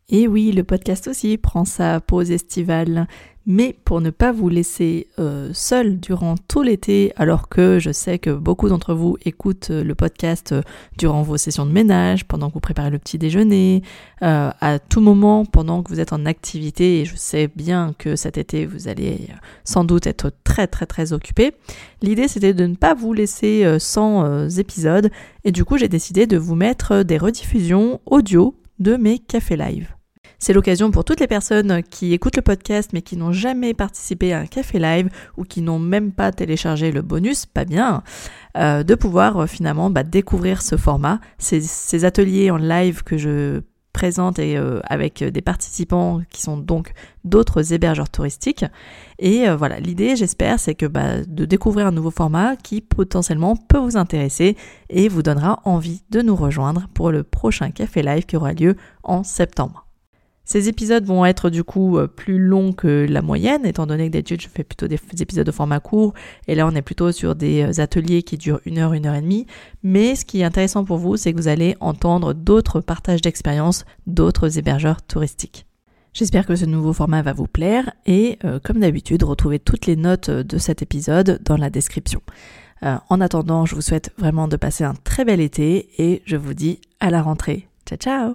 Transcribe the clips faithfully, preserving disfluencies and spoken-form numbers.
Et oui, le podcast aussi prend sa pause estivale, mais pour ne pas vous laisser euh, seul durant tout l'été, alors que je sais que beaucoup d'entre vous écoutent le podcast durant vos sessions de ménage, pendant que vous préparez le petit déjeuner, euh, à tout moment pendant que vous êtes en activité, et je sais bien que cet été vous allez sans doute être très très très occupés. L'idée c'était de ne pas vous laisser euh, sans euh, épisodes, et du coup j'ai décidé de vous mettre des rediffusions audio de mes cafés live. C'est l'occasion pour toutes les personnes qui écoutent le podcast mais qui n'ont jamais participé à un café live ou qui n'ont même pas téléchargé le bonus, pas bien, euh, de pouvoir euh, finalement bah, découvrir ce format, ces, ces ateliers en live que je présente et euh, avec des participants qui sont donc d'autres hébergeurs touristiques. Et euh, voilà, l'idée, j'espère, c'est que bah, de découvrir un nouveau format qui potentiellement peut vous intéresser et vous donnera envie de nous rejoindre pour le prochain café live qui aura lieu en septembre. Ces épisodes vont être du coup plus longs que la moyenne, étant donné que d'habitude je fais plutôt des épisodes de format court, et là on est plutôt sur des ateliers qui durent une heure, une heure et demie. Mais ce qui est intéressant pour vous, c'est que vous allez entendre d'autres partages d'expériences d'autres hébergeurs touristiques. J'espère que ce nouveau format va vous plaire, et euh, comme d'habitude, retrouvez toutes les notes de cet épisode dans la description. Euh, en attendant, je vous souhaite vraiment de passer un très bel été, et je vous dis à la rentrée. Ciao ciao!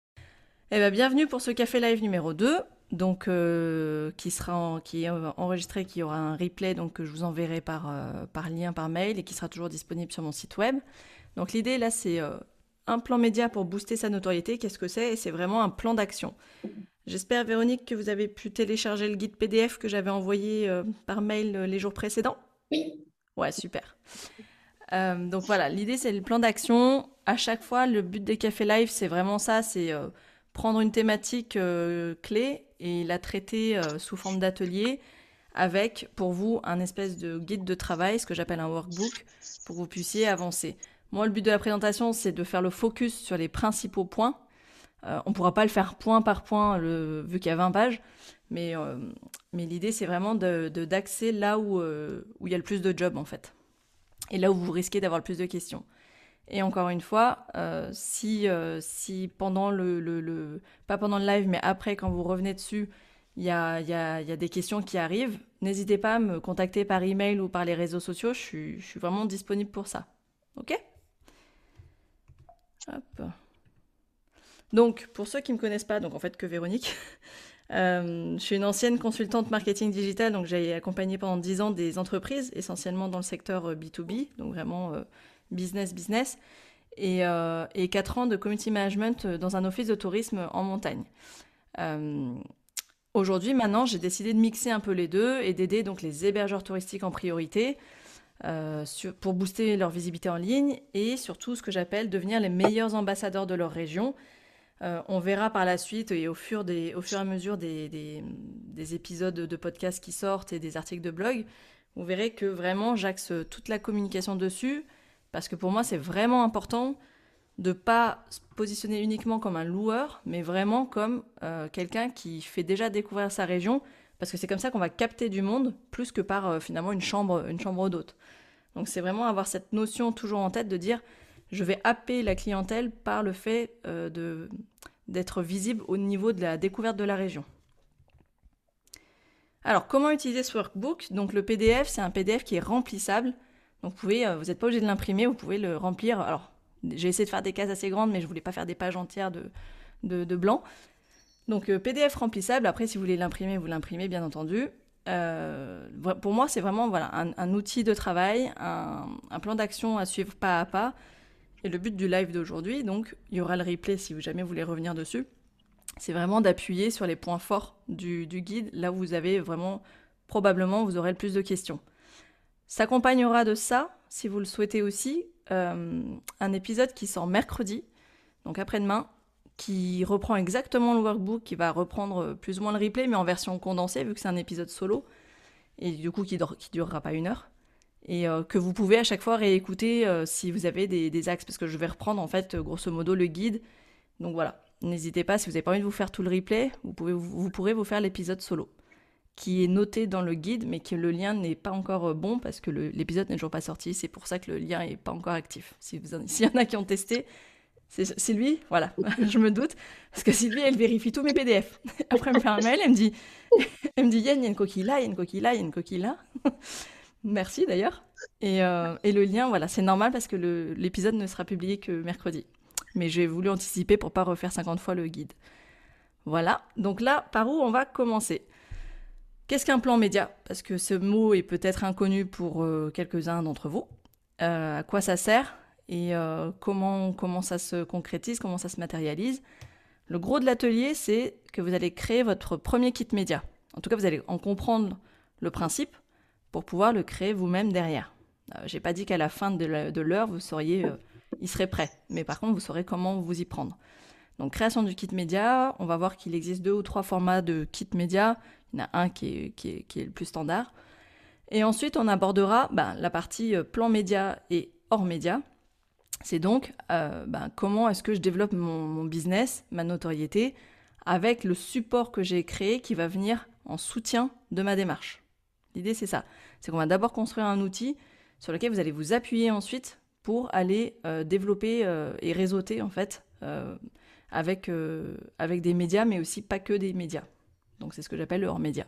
Eh bien, bienvenue pour ce Café Live numéro deux, donc, euh, qui sera en, qui est enregistré, qui aura un replay donc, que je vous enverrai par, euh, par lien, par mail, et qui sera toujours disponible sur mon site web. Donc l'idée là, c'est euh, un plan média pour booster sa notoriété. Qu'est-ce que c'est ? Et c'est vraiment un plan d'action. J'espère, Véronique, que vous avez pu télécharger le guide P D F que j'avais envoyé euh, par mail euh, les jours précédents. Oui. Ouais, super. Euh, donc voilà, l'idée c'est le plan d'action. À chaque fois, le but des Cafés Live, c'est vraiment ça, c'est... Euh, prendre une thématique euh, clé et la traiter euh, sous forme d'atelier avec, pour vous, un espèce de guide de travail, ce que j'appelle un workbook, pour que vous puissiez avancer. Moi, le but de la présentation, c'est de faire le focus sur les principaux points. Euh, on ne pourra pas le faire point par point, le, vu qu'il y a vingt pages, mais, euh, mais l'idée, c'est vraiment de, de, d'axer là où, euh, où il y a le plus de jobs, en fait, et là où vous risquez d'avoir le plus de questions. Et encore une fois, euh, si, euh, si pendant le, le, le... pas pendant le live, mais après, quand vous revenez dessus, il y a, y a, y a des questions qui arrivent, n'hésitez pas à me contacter par email ou par les réseaux sociaux, je suis, je suis vraiment disponible pour ça. Ok ? Hop. Donc, pour ceux qui ne me connaissent pas, donc en fait que Véronique, euh, je suis une ancienne consultante marketing digital, donc j'ai accompagné pendant dix ans des entreprises, essentiellement dans le secteur B deux B, donc vraiment... Euh, business, business, et, euh, et quatre ans de community management dans un office de tourisme en montagne. Euh, aujourd'hui, maintenant, j'ai décidé de mixer un peu les deux et d'aider donc les hébergeurs touristiques en priorité euh, sur, pour booster leur visibilité en ligne et surtout ce que j'appelle devenir les meilleurs ambassadeurs de leur région. Euh, on verra par la suite et au fur, des, au fur et à mesure des, des, des épisodes de podcast qui sortent et des articles de blog, vous verrez que vraiment j'axe toute la communication dessus. Parce que pour moi, c'est vraiment important de ne pas se positionner uniquement comme un loueur, mais vraiment comme euh, quelqu'un qui fait déjà découvrir sa région, parce que c'est comme ça qu'on va capter du monde, plus que par euh, finalement une chambre, une chambre d'hôte. Donc c'est vraiment avoir cette notion toujours en tête de dire je vais happer la clientèle par le fait euh, de, d'être visible au niveau de la découverte de la région. Alors, comment utiliser ce workbook ? Donc le P D F, c'est un P D F qui est remplissable. Donc vous pouvez, vous n'êtes pas obligé de l'imprimer, vous pouvez le remplir. Alors, j'ai essayé de faire des cases assez grandes, mais je ne voulais pas faire des pages entières de, de, de blanc. Donc euh, P D F remplissable, après si vous voulez l'imprimer, vous l'imprimez bien entendu. Euh, pour moi, c'est vraiment voilà, un, un outil de travail, un, un plan d'action à suivre pas à pas. Et le but du live d'aujourd'hui, donc il y aura le replay si jamais vous voulez revenir dessus, c'est vraiment d'appuyer sur les points forts du, du guide, là où vous avez vraiment, probablement, vous aurez le plus de questions. S'accompagnera de ça, si vous le souhaitez aussi, euh, un épisode qui sort mercredi, donc après-demain, qui reprend exactement le workbook, qui va reprendre plus ou moins le replay, mais en version condensée, vu que c'est un épisode solo, et du coup qui ne durera pas une heure, et euh, que vous pouvez à chaque fois réécouter euh, si vous avez des, des axes, parce que je vais reprendre en fait grosso modo le guide. Donc voilà, n'hésitez pas, si vous n'avez pas envie de vous faire tout le replay, vous, pouvez, vous, vous pourrez vous faire l'épisode solo, qui est noté dans le guide, mais que le lien n'est pas encore bon parce que le, l'épisode n'est toujours pas sorti. C'est pour ça que le lien n'est pas encore actif. Si vous en, s'il y en a qui ont testé, C'est Sylvie, voilà, je me doute, parce que Sylvie, elle vérifie tous mes P D F. Après, elle me fait un mail, elle me dit, elle me dit, Yann, il y a une coquille là, il y a une coquille là, il y a une coquille là. Merci d'ailleurs. Et, euh, et le lien, voilà, c'est normal parce que le- l'épisode ne sera publié que mercredi. Mais j'ai voulu anticiper pour pas refaire cinquante fois le guide. Voilà, donc là, par où on va commencer? Qu'est-ce qu'un plan média? Parce que ce mot est peut-être inconnu pour euh, quelques-uns d'entre vous. Euh, à quoi ça sert? Et euh, comment, comment ça se concrétise, comment ça se matérialise? Le gros de l'atelier, c'est que vous allez créer votre premier kit média. En tout cas, vous allez en comprendre le principe pour pouvoir le créer vous-même derrière. Euh, j'ai pas dit qu'à la fin de l'heure, vous sauriez, euh, il serait prêt. Mais par contre, vous saurez comment vous y prendre. Donc, création du kit média, on va voir qu'il existe deux ou trois formats de kit média. Il y en a un qui est, qui est, qui est le plus standard. Et ensuite, on abordera ben, la partie plan média et hors média. C'est donc euh, ben, comment est-ce que je développe mon, mon business, ma notoriété, avec le support que j'ai créé qui va venir en soutien de ma démarche. L'idée, c'est ça. C'est qu'on va d'abord construire un outil sur lequel vous allez vous appuyer ensuite pour aller euh, développer euh, et réseauter, en fait, euh, avec, euh, avec des médias, mais aussi pas que des médias. Donc, c'est ce que j'appelle le hors-média.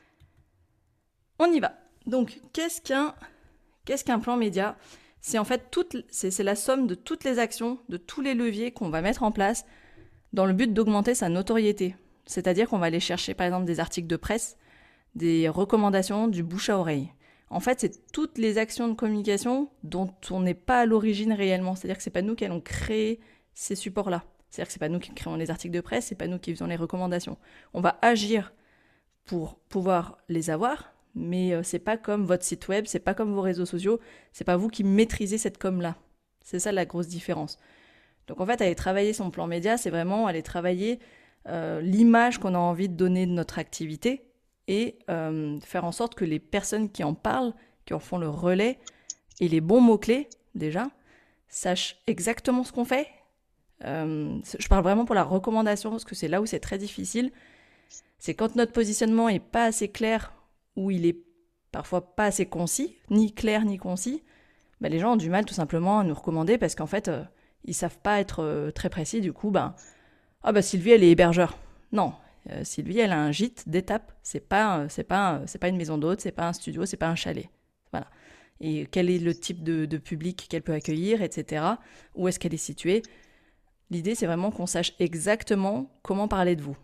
On y va. Donc, qu'est-ce qu'un, qu'est-ce qu'un plan média ? C'est en fait toute, c'est, c'est la somme de toutes les actions, de tous les leviers qu'on va mettre en place dans le but d'augmenter sa notoriété. C'est-à-dire qu'on va aller chercher, par exemple, des articles de presse, des recommandations, du bouche à oreille. En fait, c'est toutes les actions de communication dont on n'est pas à l'origine réellement. C'est-à-dire que c'est pas nous qui allons créer ces supports-là. C'est-à-dire que c'est pas nous qui créons les articles de presse, c'est pas nous qui faisons les recommandations. On va agir pour pouvoir les avoir, mais euh, c'est pas comme votre site web, c'est pas comme vos réseaux sociaux, c'est pas vous qui maîtrisez cette com-là. C'est ça la grosse différence. Donc en fait, aller travailler son plan média, c'est vraiment aller travailler euh, l'image qu'on a envie de donner de notre activité et euh, faire en sorte que les personnes qui en parlent, qui en font le relais, et les bons mots-clés, déjà, sachent exactement ce qu'on fait. Euh, je parle vraiment pour la recommandation, parce que c'est là où c'est très difficile. C'est quand notre positionnement est pas assez clair, ou il est parfois pas assez concis, ni clair ni concis, ben les gens ont du mal tout simplement à nous recommander parce qu'en fait, euh, ils savent pas être euh, très précis. Du coup, ben, ah ben Sylvie, elle est hébergeur. Non, euh, Sylvie, elle a un gîte d'étape. C'est pas, euh, c'est pas, euh, c'est pas une maison d'hôte, c'est pas un studio, c'est pas un chalet. Voilà. Et quel est le type de, de public qu'elle peut accueillir, et cetera. Où est-ce qu'elle est située? L'idée, c'est vraiment qu'on sache exactement comment parler de vous.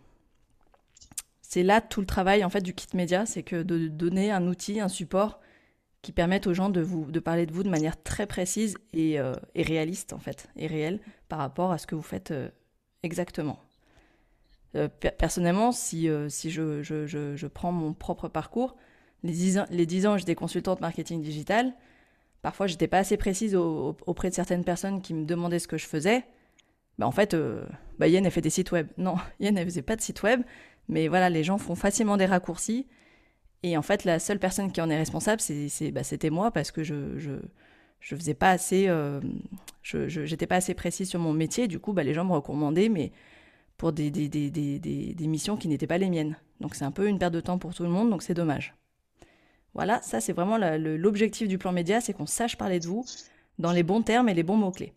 C'est là tout le travail en fait du kit média, c'est que de donner un outil, un support qui permette aux gens de, vous, de parler de vous de manière très précise et, euh, et réaliste en fait, et réelle par rapport à ce que vous faites euh, exactement. Euh, per- personnellement, si, euh, si je, je, je, je prends mon propre parcours, les dix ans, les dix ans j'étais consultante marketing digital, parfois j'étais pas assez précise au, au, auprès de certaines personnes qui me demandaient ce que je faisais. Bah, en fait, euh, bah, Yann, elle fait des sites web. Non, Yann, elle faisait pas de site web. Mais voilà, les gens font facilement des raccourcis. Et en fait, la seule personne qui en est responsable, c'est, c'est, bah, c'était moi parce que je je, je faisais pas assez, euh, je, je, j'étais pas assez précise sur mon métier. Du coup, bah, les gens me recommandaient, mais pour des, des, des, des, des, des missions qui n'étaient pas les miennes. Donc c'est un peu une perte de temps pour tout le monde, donc c'est dommage. Voilà, ça c'est vraiment la, le, l'objectif du plan média, c'est qu'on sache parler de vous dans les bons termes et les bons mots-clés.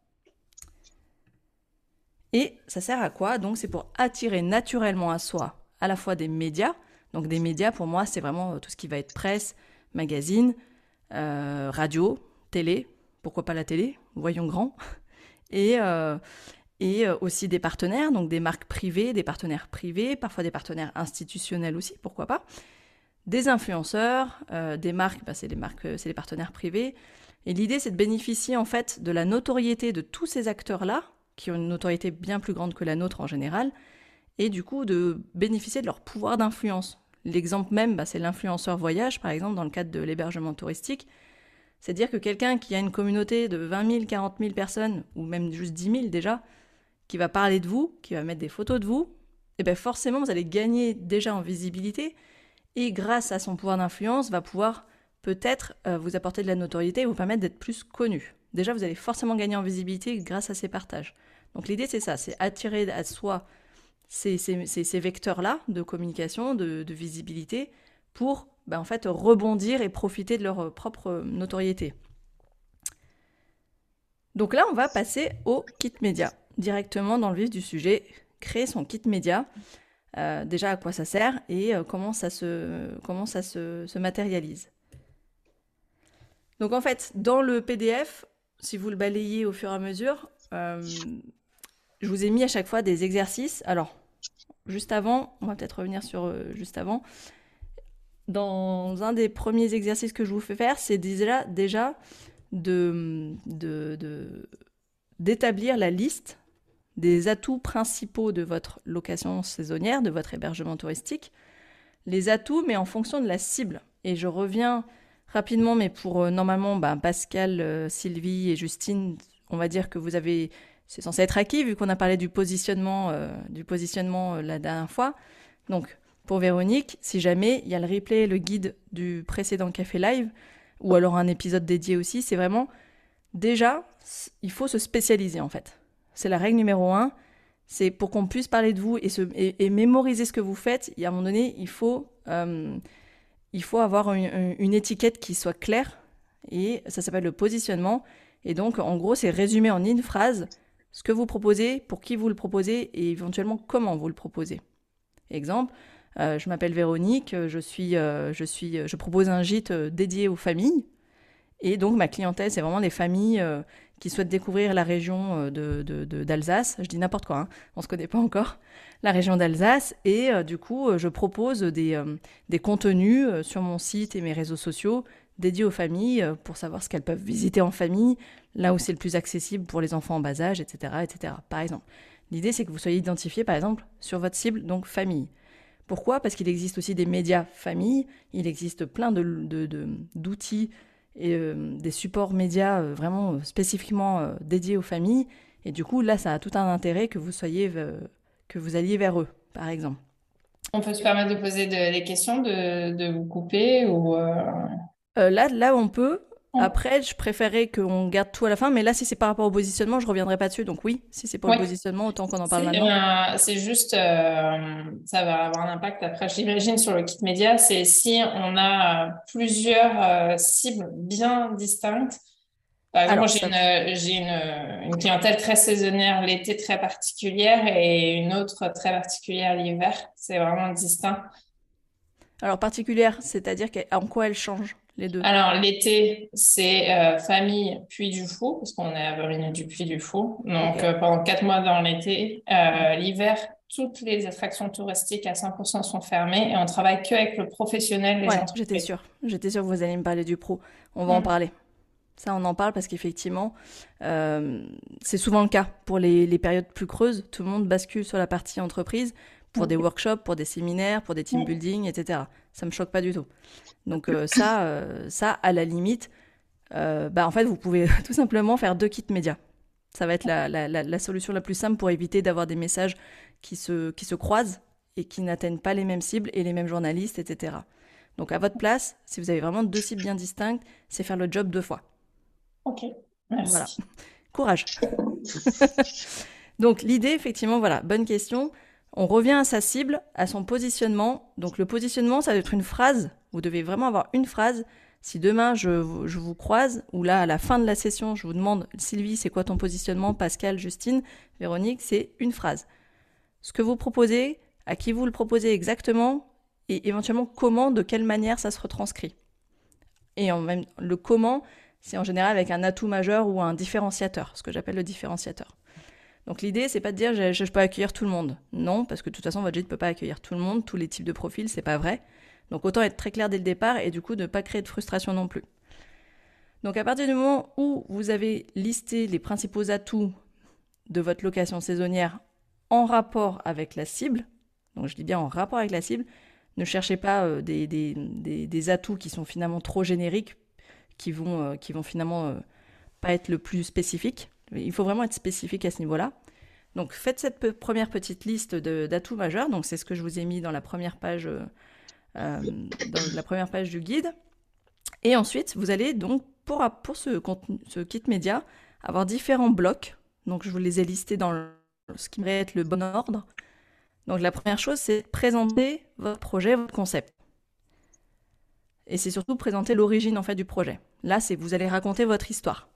Et ça sert à quoi? Donc c'est pour attirer naturellement à soi à la fois des médias. Donc des médias pour moi c'est vraiment tout ce qui va être presse, magazine, euh, radio, télé, pourquoi pas la télé, voyons grand. Et, euh, et aussi des partenaires, donc des marques privées, des partenaires privés, parfois des partenaires institutionnels aussi, pourquoi pas. Des influenceurs, euh, des marques, bah c'est les marques, c'est les partenaires privés. Et l'idée c'est de bénéficier en fait de la notoriété de tous ces acteurs-là, qui ont une notoriété bien plus grande que la nôtre en général, et du coup de bénéficier de leur pouvoir d'influence. L'exemple même, bah, c'est l'influenceur voyage, par exemple, dans le cadre de l'hébergement touristique. C'est-à-dire que quelqu'un qui a une communauté de vingt mille, quarante mille personnes, ou même juste dix mille déjà, qui va parler de vous, qui va mettre des photos de vous, et bien forcément, vous allez gagner déjà en visibilité, et grâce à son pouvoir d'influence, va pouvoir peut-être euh, vous apporter de la notoriété et vous permettre d'être plus connu. Déjà, vous allez forcément gagner en visibilité grâce à ces partages. Donc l'idée, c'est ça, c'est attirer à soi ces, ces, ces, ces vecteurs-là de communication, de, de visibilité, pour ben, en fait, rebondir et profiter de leur propre notoriété. Donc là, on va passer au kit média, directement dans le vif du sujet, créer son kit média. Euh, déjà, à quoi ça sert et euh, comment ça, se, comment ça se, se matérialise. Donc en fait, dans le P D F, si vous le balayez au fur et à mesure, euh, je vous ai mis à chaque fois des exercices. Alors, juste avant, on va peut-être revenir sur euh, juste avant. Dans un des premiers exercices que je vous fais faire, c'est déjà, déjà de, de, de, d'établir la liste des atouts principaux de votre location saisonnière, de votre hébergement touristique. Les atouts, mais en fonction de la cible. Et je reviens rapidement, mais pour euh, normalement bah, Pascal, euh, Sylvie et Justine, on va dire que vous avez, c'est censé être acquis vu qu'on a parlé du positionnement, euh, du positionnement euh, la dernière fois. Donc pour Véronique, si jamais il y a le replay, le guide du précédent Café Live, ou alors un épisode dédié aussi, c'est vraiment déjà, il faut se spécialiser en fait. C'est la règle numéro un. C'est pour qu'on puisse parler de vous et, se, et, et mémoriser ce que vous faites. Et à un moment donné, il faut, euh, il faut avoir une, une étiquette qui soit claire. Et ça s'appelle le positionnement. Et donc, en gros, c'est résumer en une phrase ce que vous proposez, pour qui vous le proposez et éventuellement comment vous le proposez. Exemple, euh, je m'appelle Véronique, je, suis, euh, je, suis, je propose un gîte dédié aux familles. Et donc, ma clientèle, c'est vraiment les familles euh, qui souhaitent découvrir la région de, de, de, d'Alsace. Je dis n'importe quoi, hein, on ne se connaît pas encore. La région d'Alsace. Et euh, du coup, je propose des, euh, des contenus euh, sur mon site et mes réseaux sociaux dédiés aux familles euh, pour savoir ce qu'elles peuvent visiter en famille, là où c'est le plus accessible pour les enfants en bas âge, et cetera, et cetera. Par exemple, l'idée, c'est que vous soyez identifié, par exemple, sur votre cible, donc famille. Pourquoi ? Parce qu'il existe aussi des médias famille. Il existe plein de, de, de, d'outils et euh, des supports médias euh, vraiment euh, spécifiquement euh, dédiés aux familles. Et du coup, là, ça a tout un intérêt que vous soyez, euh, que vous alliez vers eux, par exemple. On peut se permettre de poser de, des questions, de, de vous couper ou... Euh... Euh, là, là, on peut. Après, je préférais qu'on garde tout à la fin, mais là, si c'est par rapport au positionnement, je reviendrai pas dessus. Donc oui, si c'est pour ouais. le positionnement, autant qu'on en parle c'est, maintenant. Euh, c'est juste, euh, ça va avoir un impact après, j'imagine, sur le kit média. C'est si on a plusieurs euh, cibles bien distinctes. Par exemple, Alors, moi, j'ai, ça... une, j'ai une, une clientèle très saisonnière l'été, très particulière, et une autre très particulière l'hiver. C'est vraiment distinct. Alors, particulière, c'est-à-dire en quoi elle change les deux? Alors, l'été, c'est euh, famille Puy du Fou, parce qu'on est à Verigny du Puy du Fou. Donc, okay. euh, pendant quatre mois dans l'été. Euh, l'hiver, toutes les attractions touristiques à cent pour cent sont fermées et on travaille qu'avec le professionnel, les ouais, entreprises. J'étais sûre. J'étais sûre que vous alliez me parler du pro. On va mmh. en parler. Ça, on en parle parce qu'effectivement, euh, c'est souvent le cas. Pour les, les périodes plus creuses, tout le monde bascule sur la partie entreprise pour mmh. des workshops, pour des séminaires, pour des team building, et cetera. Ça me choque pas du tout. Donc euh, ça, euh, ça, à la limite, euh, bah, en fait, vous pouvez tout simplement faire deux kits médias. Ça va être la, la, la, la solution la plus simple pour éviter d'avoir des messages qui se, qui se croisent et qui n'atteignent pas les mêmes cibles et les mêmes journalistes, et cetera. Donc à votre place, si vous avez vraiment deux cibles bien distinctes, c'est faire le job deux fois. Ok, merci. Voilà. Courage. Donc l'idée, effectivement, voilà, bonne question. On revient à sa cible, à son positionnement. Donc le positionnement, ça va être une phrase. Vous devez vraiment avoir une phrase. Si demain, je, je vous croise, ou là, à la fin de la session, je vous demande, Sylvie, c'est quoi ton positionnement ? Pascal, Justine, Véronique, c'est une phrase. Ce que vous proposez, à qui vous le proposez exactement, et éventuellement comment, de quelle manière ça se retranscrit. Et en même, le comment, c'est en général avec un atout majeur ou un différenciateur, ce que j'appelle le différenciateur. Donc l'idée, c'est pas de dire je, je peux accueillir tout le monde. Non, parce que de toute façon, votre gîte ne peut pas accueillir tout le monde, tous les types de profils, c'est pas vrai. Donc autant être très clair dès le départ et du coup ne pas créer de frustration non plus. Donc à partir du moment où vous avez listé les principaux atouts de votre location saisonnière en rapport avec la cible, donc je dis bien en rapport avec la cible, ne cherchez pas euh, des, des, des, des atouts qui sont finalement trop génériques, qui vont, euh, qui vont finalement euh, pas être le plus spécifique. Il faut vraiment être spécifique à ce niveau-là. Donc faites cette pe- première petite liste de, d'atouts majeurs. Donc c'est ce que je vous ai mis dans la première page, euh, dans la première page du guide. Et ensuite, vous allez donc pour, pour ce, contenu, ce kit média avoir différents blocs. Donc je vous les ai listés dans le, ce qui devrait être le bon ordre. Donc la première chose, c'est de présenter votre projet, votre concept. Et c'est surtout présenter l'origine en fait du projet. Là, c'est vous allez raconter votre histoire.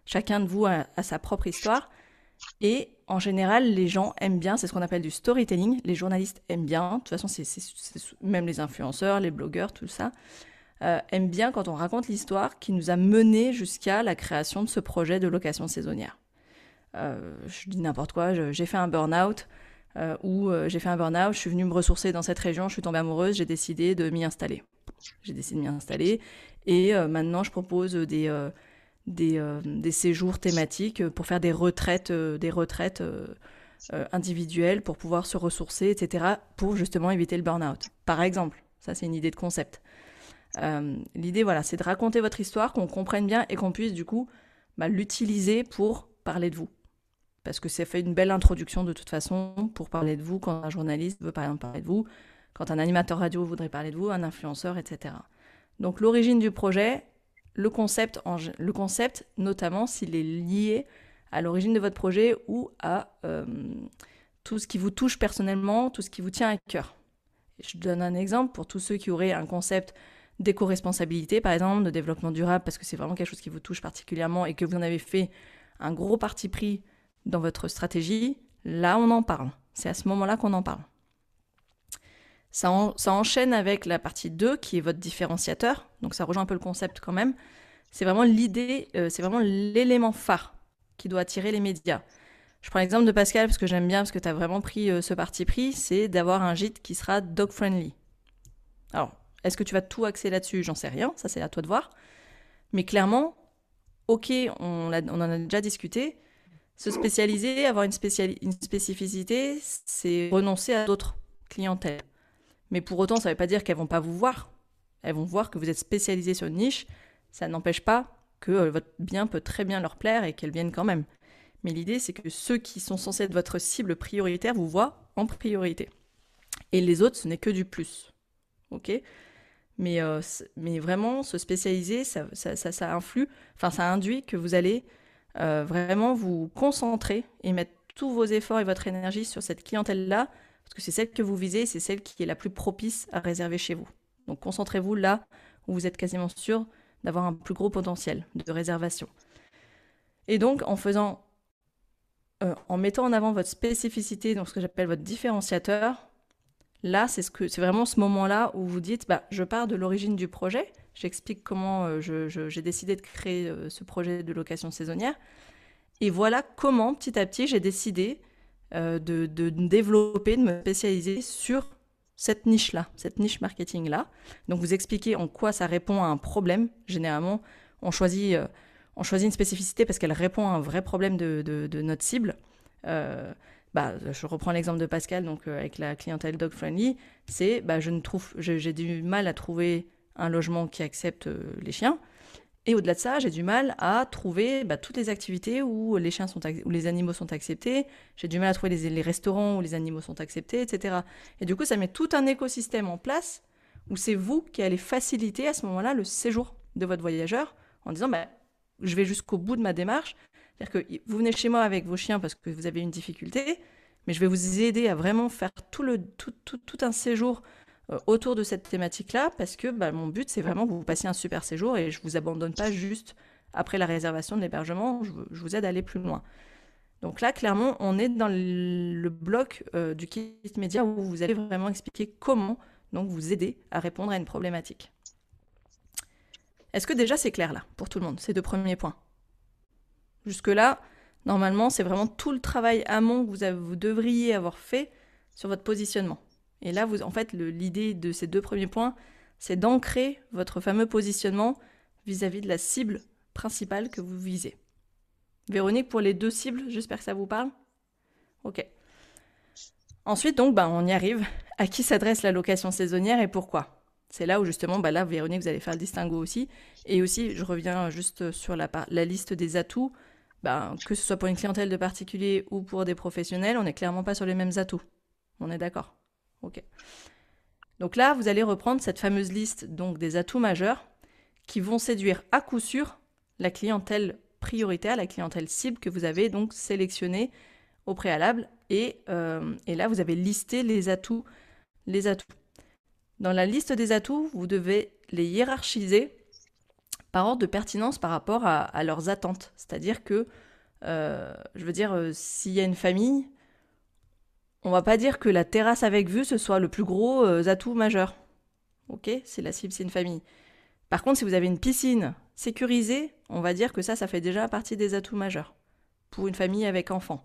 Chacun de vous a, a sa propre histoire. Et en général, les gens aiment bien, c'est ce qu'on appelle du storytelling. Les journalistes aiment bien, de toute façon, c'est, c'est, c'est, même les influenceurs, les blogueurs, tout ça, euh, aiment bien quand on raconte l'histoire qui nous a menés jusqu'à la création de ce projet de location saisonnière. Euh, je dis n'importe quoi, je, j'ai fait un burn-out, euh, ou euh, j'ai fait un burn-out, je suis venue me ressourcer dans cette région, je suis tombée amoureuse, j'ai décidé de m'y installer. J'ai décidé de m'y installer, et euh, maintenant je propose des, euh, des, euh, des séjours thématiques pour faire des retraites, euh, des retraites euh, euh, individuelles pour pouvoir se ressourcer, et cetera, pour justement éviter le burn-out. Par exemple, ça c'est une idée de concept. Euh, l'idée, voilà, c'est de raconter votre histoire, qu'on comprenne bien et qu'on puisse du coup bah, l'utiliser pour parler de vous. Parce que ça fait une belle introduction de toute façon pour parler de vous quand un journaliste veut par exemple parler de vous, quand un animateur radio voudrait parler de vous, un influenceur, et cetera. Donc l'origine du projet, le concept, en, le concept notamment s'il est lié à l'origine de votre projet ou à euh, tout ce qui vous touche personnellement, tout ce qui vous tient à cœur. Et je donne un exemple pour tous ceux qui auraient un concept d'éco-responsabilité, par exemple, de développement durable, parce que c'est vraiment quelque chose qui vous touche particulièrement et que vous en avez fait un gros parti pris dans votre stratégie, là on en parle. C'est à ce moment-là qu'on en parle. Ça, en, ça enchaîne avec la partie deux qui est votre différenciateur, donc ça rejoint un peu le concept quand même. C'est vraiment l'idée, euh, c'est vraiment l'élément phare qui doit attirer les médias. Je prends l'exemple de Pascal parce que j'aime bien, parce que tu as vraiment pris euh, ce parti pris, c'est d'avoir un gîte qui sera dog-friendly. Alors, est-ce que tu vas tout axer là-dessus ? J'en sais rien, ça c'est à toi de voir. Mais clairement, ok, on, on en a déjà discuté, se spécialiser, avoir une, spéciali- une spécificité, c'est renoncer à d'autres clientèles. Mais pour autant, ça ne veut pas dire qu'elles ne vont pas vous voir. Elles vont voir que vous êtes spécialisé sur une niche. Ça n'empêche pas que euh, votre bien peut très bien leur plaire et qu'elles viennent quand même. Mais l'idée, c'est que ceux qui sont censés être votre cible prioritaire vous voient en priorité. Et les autres, ce n'est que du plus. Ok ? Mais, euh, mais vraiment, se spécialiser, ça, ça, ça, ça influe, enfin, ça induit que vous allez euh, vraiment vous concentrer et mettre tous vos efforts et votre énergie sur cette clientèle-là, parce que c'est celle que vous visez, c'est celle qui est la plus propice à réserver chez vous. Donc, concentrez-vous là où vous êtes quasiment sûr d'avoir un plus gros potentiel de réservation. Et donc, en faisant, euh, en mettant en avant votre spécificité, donc ce que j'appelle votre différenciateur, là, c'est, ce que, c'est vraiment ce moment-là où vous dites bah, « je pars de l'origine du projet, j'explique comment euh, je, je, j'ai décidé de créer euh, ce projet de location saisonnière, et voilà comment, petit à petit, j'ai décidé euh, de, de développer, de me spécialiser sur cette niche-là, cette niche marketing-là. » Donc, vous expliquez en quoi ça répond à un problème. Généralement, on choisit, euh, on choisit une spécificité parce qu'elle répond à un vrai problème de, de, de notre cible. Euh, Bah, je reprends l'exemple de Pascal, donc euh, avec la clientèle dog-friendly, c'est bah, je ne trouve, je, j'ai du mal à trouver un logement qui accepte euh, les chiens, et au-delà de ça, j'ai du mal à trouver bah, toutes les activités où les chiens sont ac- où les animaux sont acceptés, j'ai du mal à trouver les, les restaurants où les animaux sont acceptés, et cetera. Et du coup, ça met tout un écosystème en place où c'est vous qui allez faciliter à ce moment-là le séjour de votre voyageur en disant bah, je vais jusqu'au bout de ma démarche. C'est-à-dire que vous venez chez moi avec vos chiens parce que vous avez une difficulté, mais je vais vous aider à vraiment faire tout, le, tout, tout, tout un séjour euh, autour de cette thématique-là, parce que bah, mon but, c'est vraiment que vous passiez un super séjour et je ne vous abandonne pas juste après la réservation de l'hébergement, je, je vous aide à aller plus loin. Donc là, clairement, on est dans le, le bloc euh, du kit média où vous allez vraiment expliquer comment donc, vous aider à répondre à une problématique. Est-ce que déjà c'est clair là, pour tout le monde, ces deux premiers points ? Jusque-là, normalement, c'est vraiment tout le travail amont que vous, avez, vous devriez avoir fait sur votre positionnement. Et là, vous, en fait, le, l'idée de ces deux premiers points, c'est d'ancrer votre fameux positionnement vis-à-vis de la cible principale que vous visez. Véronique, pour les deux cibles, j'espère que ça vous parle ? Ok. Ensuite, donc, bah, on y arrive. À qui s'adresse la location saisonnière et pourquoi ? C'est là où justement, bah là, Véronique, vous allez faire le distinguo aussi. Et aussi, je reviens juste sur la, la liste des atouts. Bah, que ce soit pour une clientèle de particuliers ou pour des professionnels, on n'est clairement pas sur les mêmes atouts. On est d'accord ? Ok. Donc là, vous allez reprendre cette fameuse liste donc, des atouts majeurs qui vont séduire à coup sûr la clientèle prioritaire, la clientèle cible que vous avez donc sélectionnée au préalable. Et, euh, et là, vous avez listé les atouts, les atouts. Dans la liste des atouts, vous devez les hiérarchiser par ordre de pertinence par rapport à, à leurs attentes. C'est-à-dire que, euh, je veux dire, euh, s'il y a une famille, on va pas dire que la terrasse avec vue, ce soit le plus gros euh, atout majeur. Ok, c'est la cible, c'est une famille. Par contre, si vous avez une piscine sécurisée, on va dire que ça, ça fait déjà partie des atouts majeurs pour une famille avec enfants.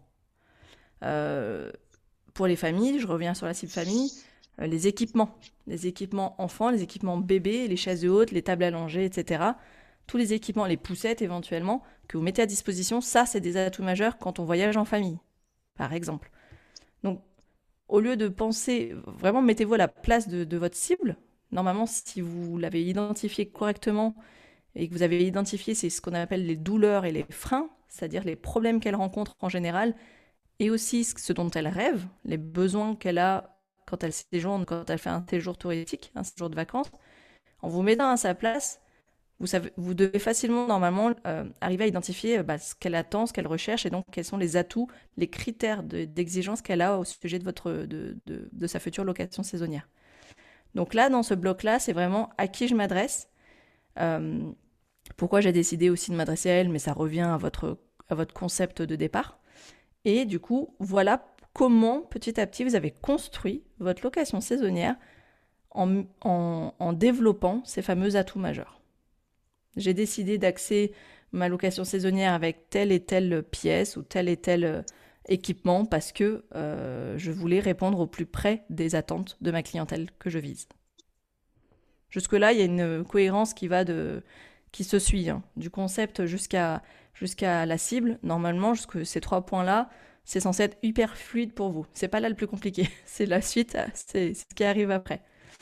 Euh, pour les familles, je reviens sur la cible famille, euh, les équipements. Les équipements enfants, les équipements bébés, les chaises hautes, les tables allongées, et cetera. Tous les équipements, les poussettes éventuellement, que vous mettez à disposition, ça, c'est des atouts majeurs quand on voyage en famille, par exemple. Donc, au lieu de penser, vraiment mettez-vous à la place de, de votre cible. Normalement, si vous l'avez identifié correctement et que vous avez identifié, c'est ce qu'on appelle les douleurs et les freins, c'est-à-dire les problèmes qu'elle rencontre en général, et aussi ce dont elle rêve, les besoins qu'elle a quand elle séjourne, quand elle fait un séjour touristique, un séjour de vacances. En vous mettant à sa place, vous, savez, vous devez facilement, normalement, euh, arriver à identifier bah, ce qu'elle attend, ce qu'elle recherche, et donc quels sont les atouts, les critères de, d'exigence qu'elle a au sujet de, votre, de, de, de sa future location saisonnière. Donc là, dans ce bloc-là, c'est vraiment à qui je m'adresse. Euh, pourquoi j'ai décidé aussi de m'adresser à elle, mais ça revient à votre, à votre concept de départ. Et du coup, voilà comment, petit à petit, vous avez construit votre location saisonnière en, en, en développant ces fameux atouts majeurs. J'ai décidé d'axer ma location saisonnière avec telle et telle pièce ou tel et tel équipement parce que euh, je voulais répondre au plus près des attentes de ma clientèle que je vise. Jusque-là, il y a une cohérence qui va de, qui se suit, hein, du concept jusqu'à, jusqu'à la cible. Normalement, jusque ces trois points-là, c'est censé être hyper fluide pour vous. C'est pas là le plus compliqué. C'est la suite, c'est, c'est ce qui arrive après.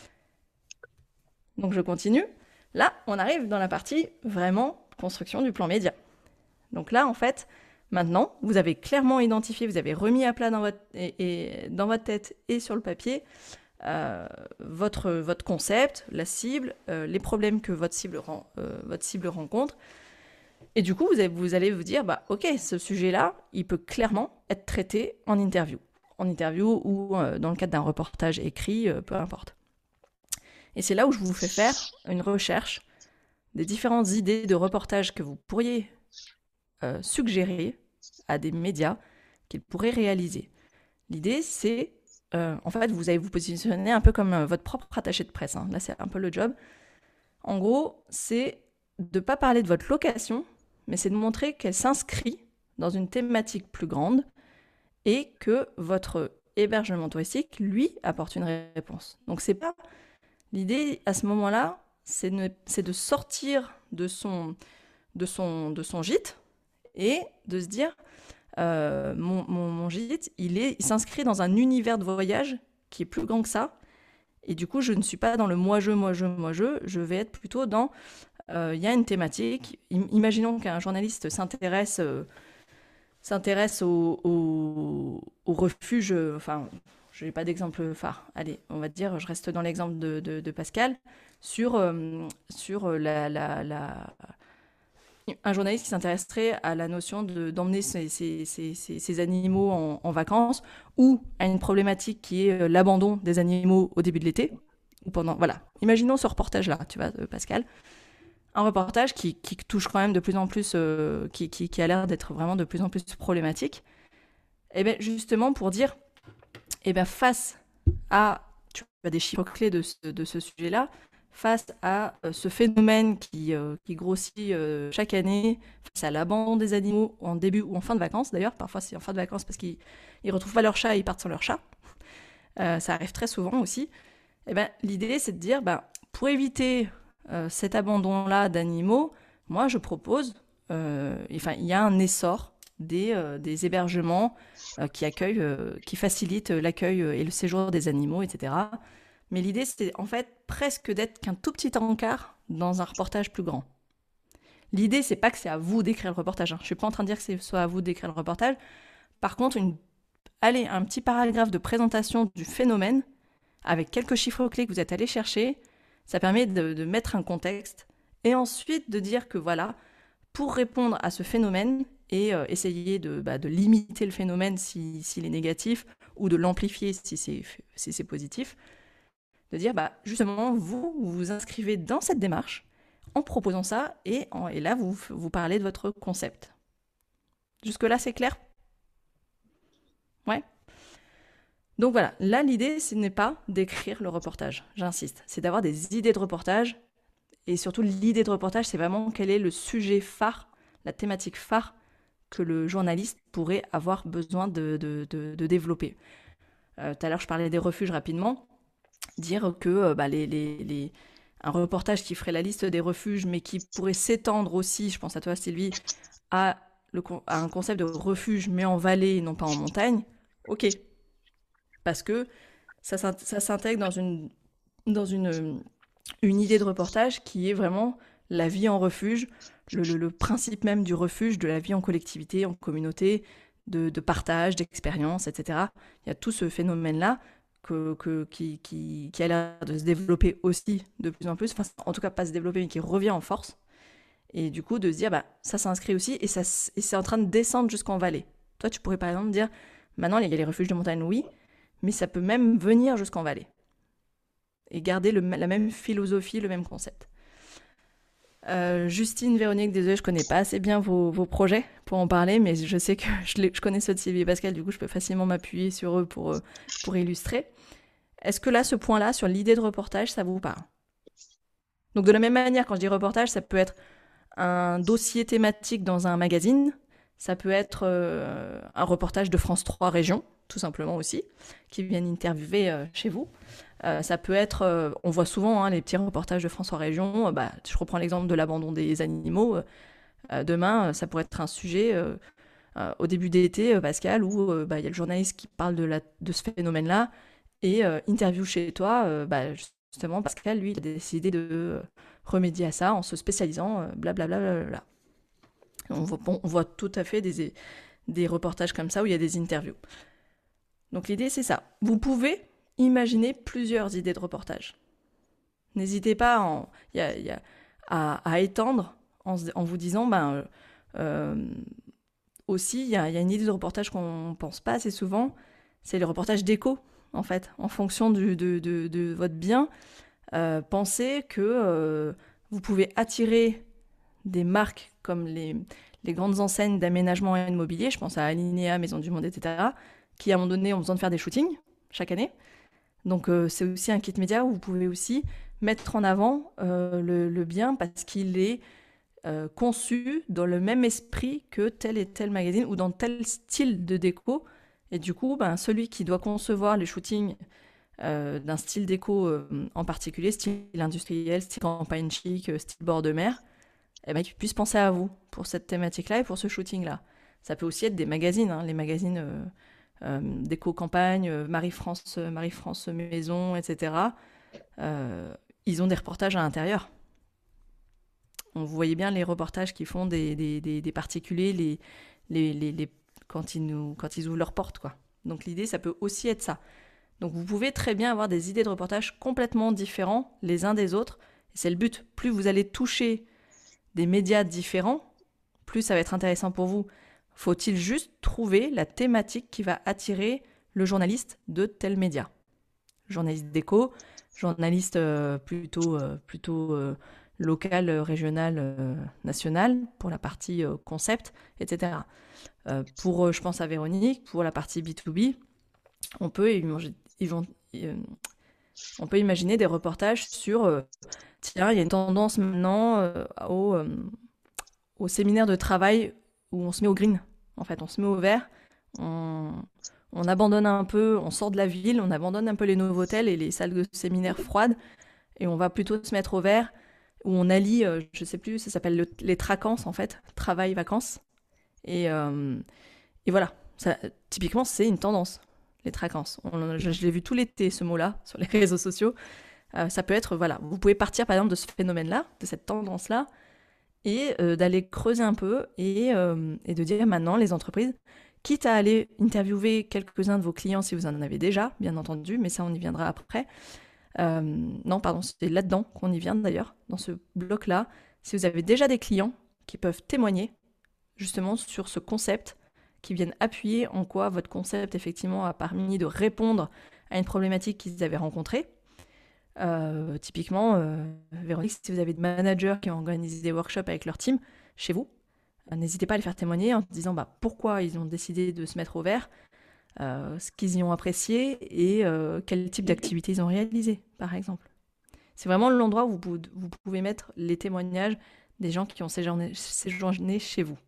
Donc je continue. Là, on arrive dans la partie vraiment construction du plan média. Donc là, en fait, maintenant, vous avez clairement identifié, vous avez remis à plat dans votre, et, et, dans votre tête et sur le papier euh, votre, votre concept, la cible, euh, les problèmes que votre cible, rend, euh, votre cible rencontre. Et du coup, vous, avez, vous allez vous dire, bah, ok, ce sujet-là, il peut clairement être traité en interview. En interview ou euh, dans le cadre d'un reportage écrit, euh, peu importe. Et c'est là où je vous fais faire une recherche des différentes idées de reportage que vous pourriez euh, suggérer à des médias qu'ils pourraient réaliser. L'idée, c'est, euh, en fait, vous allez vous positionner un peu comme euh, votre propre attaché de presse. Hein. Là, c'est un peu le job. En gros, c'est de ne pas parler de votre location, mais c'est de montrer qu'elle s'inscrit dans une thématique plus grande et que votre hébergement touristique, lui, apporte une réponse. Donc, c'est pas... L'idée, à ce moment-là, c'est, ne, c'est de sortir de son, de, son, de son gîte et de se dire, euh, mon, mon, mon gîte, il, est, il s'inscrit dans un univers de voyage qui est plus grand que ça. Et du coup, je ne suis pas dans le moi-je, moi-je, moi-je. Je vais être plutôt dans... Il euh, y a une thématique. Imaginons qu'un journaliste s'intéresse, euh, s'intéresse au, au, au refuge... Enfin... Je n'ai pas d'exemple phare. Allez, on va dire, je reste dans l'exemple de, de, de Pascal, sur, euh, sur la, la, la... un journaliste qui s'intéresserait à la notion de, d'emmener ses, ses, ses, ses animaux en, en vacances, ou à une problématique qui est l'abandon des animaux au début de l'été, ou pendant... Voilà, imaginons ce reportage-là, tu vois, Pascal. Un reportage qui, qui touche quand même de plus en plus, euh, qui, qui, qui a l'air d'être vraiment de plus en plus problématique. Et bien, justement, pour dire... Et bien, face à, tu as des chiffres clés de ce, de ce sujet-là, face à euh, ce phénomène qui, euh, qui grossit euh, chaque année, face à l'abandon des animaux en début ou en fin de vacances, d'ailleurs, parfois c'est en fin de vacances parce qu'ils ne retrouvent pas leur chat et ils partent sans leur chat, euh, ça arrive très souvent aussi, et ben, l'idée c'est de dire, ben, pour éviter euh, cet abandon-là d'animaux, moi je propose, euh, enfin, il y a un essor Des, euh, des hébergements euh, qui accueillent, euh, qui facilitent l'accueil et le séjour des animaux, et cetera. Mais l'idée, c'est en fait presque d'être qu'un tout petit encart dans un reportage plus grand. L'idée, c'est pas que c'est à vous d'écrire le reportage. Hein. Je suis pas en train de dire que ce soit à vous d'écrire le reportage. Par contre, une... allez, un petit paragraphe de présentation du phénomène avec quelques chiffres clés que vous êtes allés chercher, ça permet de, de mettre un contexte et ensuite de dire que voilà, pour répondre à ce phénomène, et euh, essayer de, bah, de limiter le phénomène si, s'il est négatif, ou de l'amplifier si c'est, si c'est positif, de dire, bah, justement, vous, vous vous inscrivez dans cette démarche, en proposant ça, et, en, et là, vous, vous parlez de votre concept. Jusque-là, c'est clair ? Ouais. Donc voilà, là, l'idée, ce n'est pas d'écrire le reportage, j'insiste. C'est d'avoir des idées de reportage, et surtout, l'idée de reportage, c'est vraiment quel est le sujet phare, la thématique phare que le journaliste pourrait avoir besoin de, de, de, de développer. Euh, tout à l'heure, je parlais des refuges rapidement. Dire que euh, bah, les, les, les... un reportage qui ferait la liste des refuges, mais qui pourrait s'étendre aussi, je pense à toi Sylvie, à, le, à un concept de refuge, mais en vallée et non pas en montagne, ok. Parce que ça, ça s'intègre dans une, dans une, une idée de reportage qui est vraiment la vie en refuge, le, le, le principe même du refuge, de la vie en collectivité, en communauté, de, de partage, d'expérience, et cetera. Il y a tout ce phénomène-là que, que, qui, qui, qui a l'air de se développer aussi de plus en plus, enfin, en tout cas pas se développer, mais qui revient en force. Et du coup, de se dire, bah, ça s'inscrit aussi, et, ça, et c'est en train de descendre jusqu'en vallée. Toi, tu pourrais par exemple dire, maintenant, il y a les refuges de montagne, oui, mais ça peut même venir jusqu'en vallée. Et garder le, la même philosophie, le même concept. Euh, Justine, Véronique, désolée, je connais pas assez bien vos, vos projets pour en parler, mais je sais que je, les, je connais ceux de Sylvie et Pascal, du coup je peux facilement m'appuyer sur eux pour, pour illustrer. Est-ce que là, ce point-là, sur l'idée de reportage, ça vous parle ? Donc de la même manière, quand je dis reportage, ça peut être un dossier thématique dans un magazine, ça peut être euh, un reportage de France trois Régions, tout simplement aussi, qui viennent interviewer euh, chez vous. Euh, ça peut être, euh, on voit souvent hein, les petits reportages de France trois Régions, euh, bah, je reprends l'exemple de l'abandon des animaux, euh, demain euh, ça pourrait être un sujet euh, euh, au début d'été, euh, Pascal, où euh, bah, y a le journaliste qui parle de, la, de ce phénomène-là, et euh, interview chez toi, euh, bah, justement Pascal, lui, il a décidé de euh, remédier à ça en se spécialisant, blablabla. Euh, bla, bla, bla. On, voit, on voit tout à fait des, des reportages comme ça où il y a des interviews. Donc l'idée c'est ça, vous pouvez imaginez plusieurs idées de reportage. N'hésitez pas en, y a, y a, à, à étendre en, en vous disant, ben, euh, aussi, il y, y a une idée de reportage qu'on ne pense pas assez souvent, c'est le reportage déco, en fait. En fonction du, de, de, de votre bien, euh, pensez que euh, vous pouvez attirer des marques comme les, les grandes enseignes d'aménagement immobilier, je pense à Alinéa, Maison du Monde, et cetera, qui à un moment donné ont besoin de faire des shootings chaque année. Donc euh, c'est aussi un kit média où vous pouvez aussi mettre en avant euh, le, le bien parce qu'il est euh, conçu dans le même esprit que tel et tel magazine ou dans tel style de déco. Et du coup, ben, celui qui doit concevoir les shootings euh, d'un style déco euh, en particulier, style industriel, style campagne chic, style bord de mer, eh ben, qu'il puisse penser à vous pour cette thématique-là et pour ce shooting-là. Ça peut aussi être des magazines, hein, les magazines... Euh, Euh, d'éco-campagne, euh, Marie-France, euh, Marie-France Maison, et cetera. Euh, ils ont des reportages à l'intérieur. On, vous voyez bien les reportages qu'ils font des, des, des, des particuliers les, les, les, les, quand, ils nous, quand ils ouvrent leurs portes, quoi. Donc l'idée, ça peut aussi être ça. Donc vous pouvez très bien avoir des idées de reportages complètement différents les uns des autres. Et c'est le but. Plus vous allez toucher des médias différents, plus ça va être intéressant pour vous. Faut-il juste trouver la thématique qui va attirer le journaliste de tel média ? Journaliste déco, journaliste euh, plutôt, euh, plutôt euh, local, régional, euh, national, pour la partie euh, concept, et cetera. Euh, pour, euh, je pense à Véronique, pour la partie B deux B, on peut, ils vont, euh, on peut imaginer des reportages sur, euh, tiens, il y a une tendance maintenant euh, au, euh, au séminaire de travail où on se met au green, en fait, on se met au vert, on, on abandonne un peu, on sort de la ville, on abandonne un peu les nouveaux hôtels et les salles de séminaire froides, et on va plutôt se mettre au vert, où on allie, euh, je sais plus, ça s'appelle le, les tracances, en fait, travail-vacances, et, euh, et voilà, ça, typiquement, c'est une tendance, les tracances. On, je, je l'ai vu tout l'été, ce mot-là, sur les réseaux sociaux. Euh, ça peut être, voilà, vous pouvez partir, par exemple, de ce phénomène-là, de cette tendance-là, et euh, d'aller creuser un peu et, euh, et de dire maintenant les entreprises, quitte à aller interviewer quelques-uns de vos clients si vous en avez déjà, bien entendu, mais ça on y viendra après. Euh, non, pardon, c'est là-dedans qu'on y vient d'ailleurs, dans ce bloc-là. Si vous avez déjà des clients qui peuvent témoigner justement sur ce concept, qui viennent appuyer en quoi votre concept effectivement a permis de répondre à une problématique qu'ils avaient rencontrée, Euh, typiquement, euh, Véronique, si vous avez des managers qui ont organisé des workshops avec leur team chez vous, euh, n'hésitez pas à les faire témoigner en disant bah, pourquoi ils ont décidé de se mettre au vert, euh, ce qu'ils y ont apprécié et euh, quel type d'activité ils ont réalisé, par exemple. C'est vraiment l'endroit où vous, vous pouvez mettre les témoignages des gens qui ont séjourné, séjourné chez vous.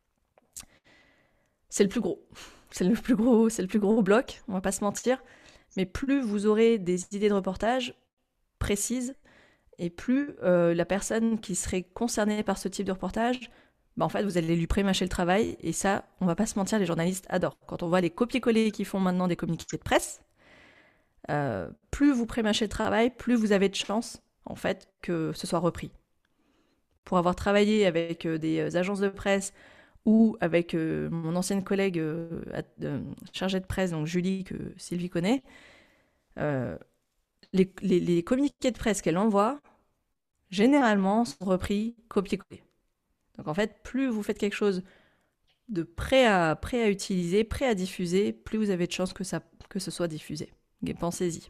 C'est le plus gros. C'est le plus gros, c'est le plus gros bloc, on va pas se mentir. Mais plus vous aurez des idées de reportage précises, et plus euh, la personne qui serait concernée par ce type de reportage, bah en fait, vous allez lui prémâcher le travail. Et ça, on va pas se mentir, les journalistes adorent. Quand on voit les copier-coller qui font maintenant des communiqués de presse, euh, plus vous prémâchez le travail, plus vous avez de chances, en fait, que ce soit repris. Pour avoir travaillé avec euh, des euh, agences de presse ou avec euh, mon ancienne collègue euh, euh, chargée de presse, donc Julie, que Sylvie connaît, euh, les, les, les communiqués de presse qu'elle envoie, généralement, sont repris copier-coller. Donc en fait, plus vous faites quelque chose de prêt à, prêt à utiliser, prêt à diffuser, plus vous avez de chances que, ça, que ce soit diffusé. Et pensez-y.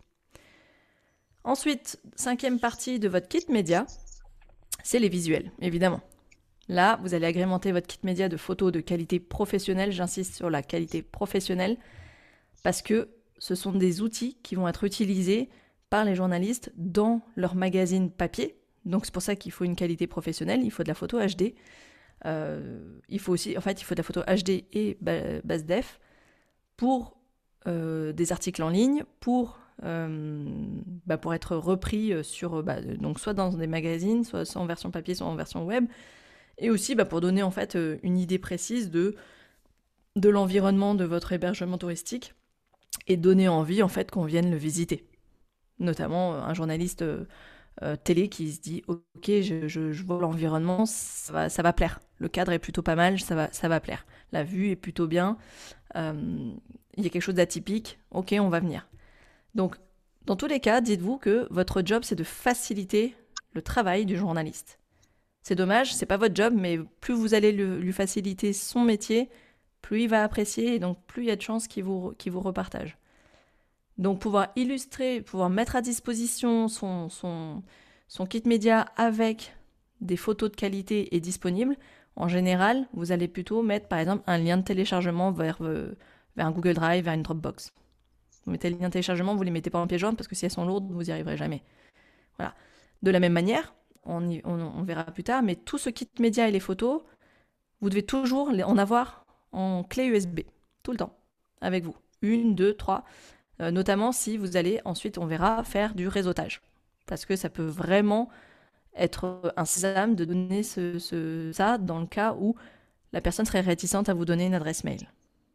Ensuite, cinquième partie de votre kit média, c'est les visuels, évidemment. Là, vous allez agrémenter votre kit média de photos de qualité professionnelle. J'insiste sur la qualité professionnelle parce que ce sont des outils qui vont être utilisés par les journalistes dans leur magazine papier. Donc c'est pour ça qu'il faut une qualité professionnelle, il faut de la photo H D. Euh, il faut aussi, en fait, il faut de la photo H D et basse def pour euh, des articles en ligne, pour, euh, bah, pour être repris sur, bah, donc soit dans des magazines, soit, soit en version papier, soit en version web. Et aussi bah, pour donner en fait une idée précise de, de l'environnement de votre hébergement touristique et donner envie en fait qu'on vienne le visiter. Notamment un journaliste euh, télé qui se dit ok, je, je, je vois l'environnement, ça va, ça va plaire. Le cadre est plutôt pas mal, ça va, ça va plaire. La vue est plutôt bien, euh, il y a quelque chose d'atypique, ok, on va venir. Donc dans tous les cas, dites-vous que votre job c'est de faciliter le travail du journaliste. C'est dommage, c'est pas votre job, mais plus vous allez le, lui faciliter son métier, plus il va apprécier et donc plus il y a de chances qu'il vous, qu'il vous repartage. Donc pouvoir illustrer, pouvoir mettre à disposition son, son, son kit média avec des photos de qualité et disponibles, en général, vous allez plutôt mettre par exemple un lien de téléchargement vers, euh, vers un Google Drive, vers une Dropbox. Vous mettez le lien de téléchargement, vous ne les mettez pas en pièce jointe parce que si elles sont lourdes, vous n'y arriverez jamais. Voilà. De la même manière, On, y, on, on verra plus tard, mais tout ce kit média et les photos, vous devez toujours en avoir en clé U S B, tout le temps, avec vous. Une, deux, trois, euh, notamment si vous allez ensuite, on verra, faire du réseautage. Parce que ça peut vraiment être un sésame de donner ce, ce, ça dans le cas où la personne serait réticente à vous donner une adresse mail.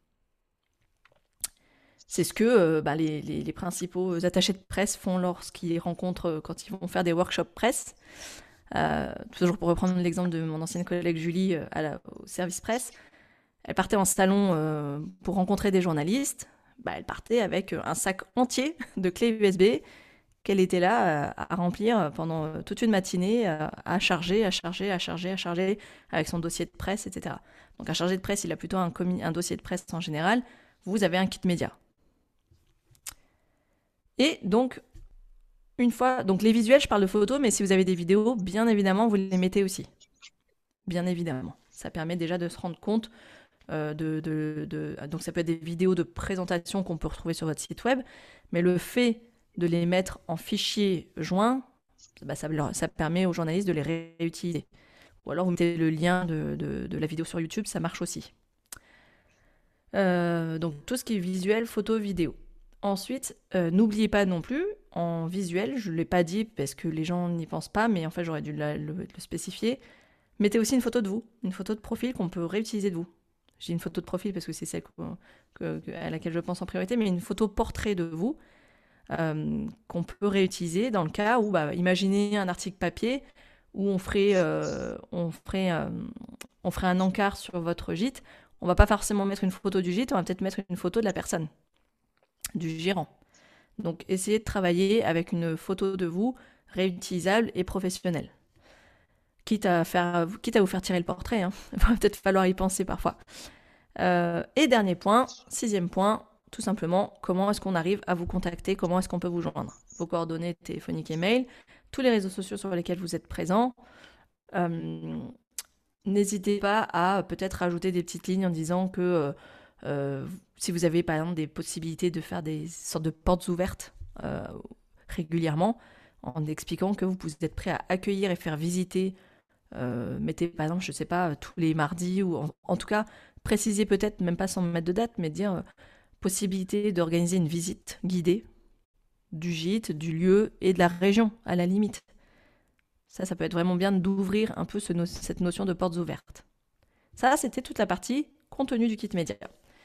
C'est ce que euh, bah, les, les, les principaux attachés de presse font lorsqu'ils rencontrent, quand ils vont faire des workshops presse. Euh, toujours pour reprendre l'exemple de mon ancienne collègue Julie euh, à la, au service presse, elle partait en salon euh, pour rencontrer des journalistes. Bah, elle partait avec un sac entier de clés U S B qu'elle était là euh, à remplir pendant toute une matinée, euh, à charger, à charger, à charger, à charger avec son dossier de presse, et cetera. Donc un chargé de presse, il a plutôt un, commun- un dossier de presse en général. Vous avez un kit média. Et donc, une fois, donc les visuels, je parle de photos, mais si vous avez des vidéos, bien évidemment, vous les mettez aussi. Bien évidemment. Ça permet déjà de se rendre compte euh, de, de, de... Donc ça peut être des vidéos de présentation qu'on peut retrouver sur votre site web, mais le fait de les mettre en fichier joint, bah ça, leur, ça permet aux journalistes de les réutiliser. Ou alors vous mettez le lien de, de, de la vidéo sur YouTube, ça marche aussi. Euh, donc tout ce qui est visuel, photo, vidéo. Ensuite, euh, n'oubliez pas non plus, en visuel, je ne l'ai pas dit parce que les gens n'y pensent pas, mais en fait j'aurais dû le, le, le spécifier, mettez aussi une photo de vous, une photo de profil qu'on peut réutiliser de vous. J'ai une photo de profil parce que c'est celle que, que, à laquelle je pense en priorité, mais une photo portrait de vous euh, qu'on peut réutiliser dans le cas où, bah, imaginez un article papier où on ferait, euh, on, ferait, euh, on ferait un encart sur votre gîte. On ne va pas forcément mettre une photo du gîte, on va peut-être mettre une photo de la personne, du gérant. Donc, essayez de travailler avec une photo de vous réutilisable et professionnelle. Quitte à, faire, quitte à vous faire tirer le portrait, hein. Il va peut-être falloir y penser parfois. Euh, et dernier point, sixième point, tout simplement, comment est-ce qu'on arrive à vous contacter, comment est-ce qu'on peut vous joindre. vos coordonnées téléphoniques et mail, tous les réseaux sociaux sur lesquels vous êtes présent. Euh, n'hésitez pas à peut-être rajouter des petites lignes en disant que euh, euh, si vous avez par exemple des possibilités de faire des sortes de portes ouvertes euh, régulièrement, en expliquant que vous, vous êtes prêt à accueillir et faire visiter, euh, mettez par exemple, je ne sais pas, tous les mardis, ou en, en tout cas, précisez peut-être, même pas sans mettre de date, mais dire euh, possibilité d'organiser une visite guidée du gîte, du lieu et de la région, à la limite. Ça, ça peut être vraiment bien d'ouvrir un peu ce no- cette notion de portes ouvertes. Ça, c'était toute la partie contenu du kit média.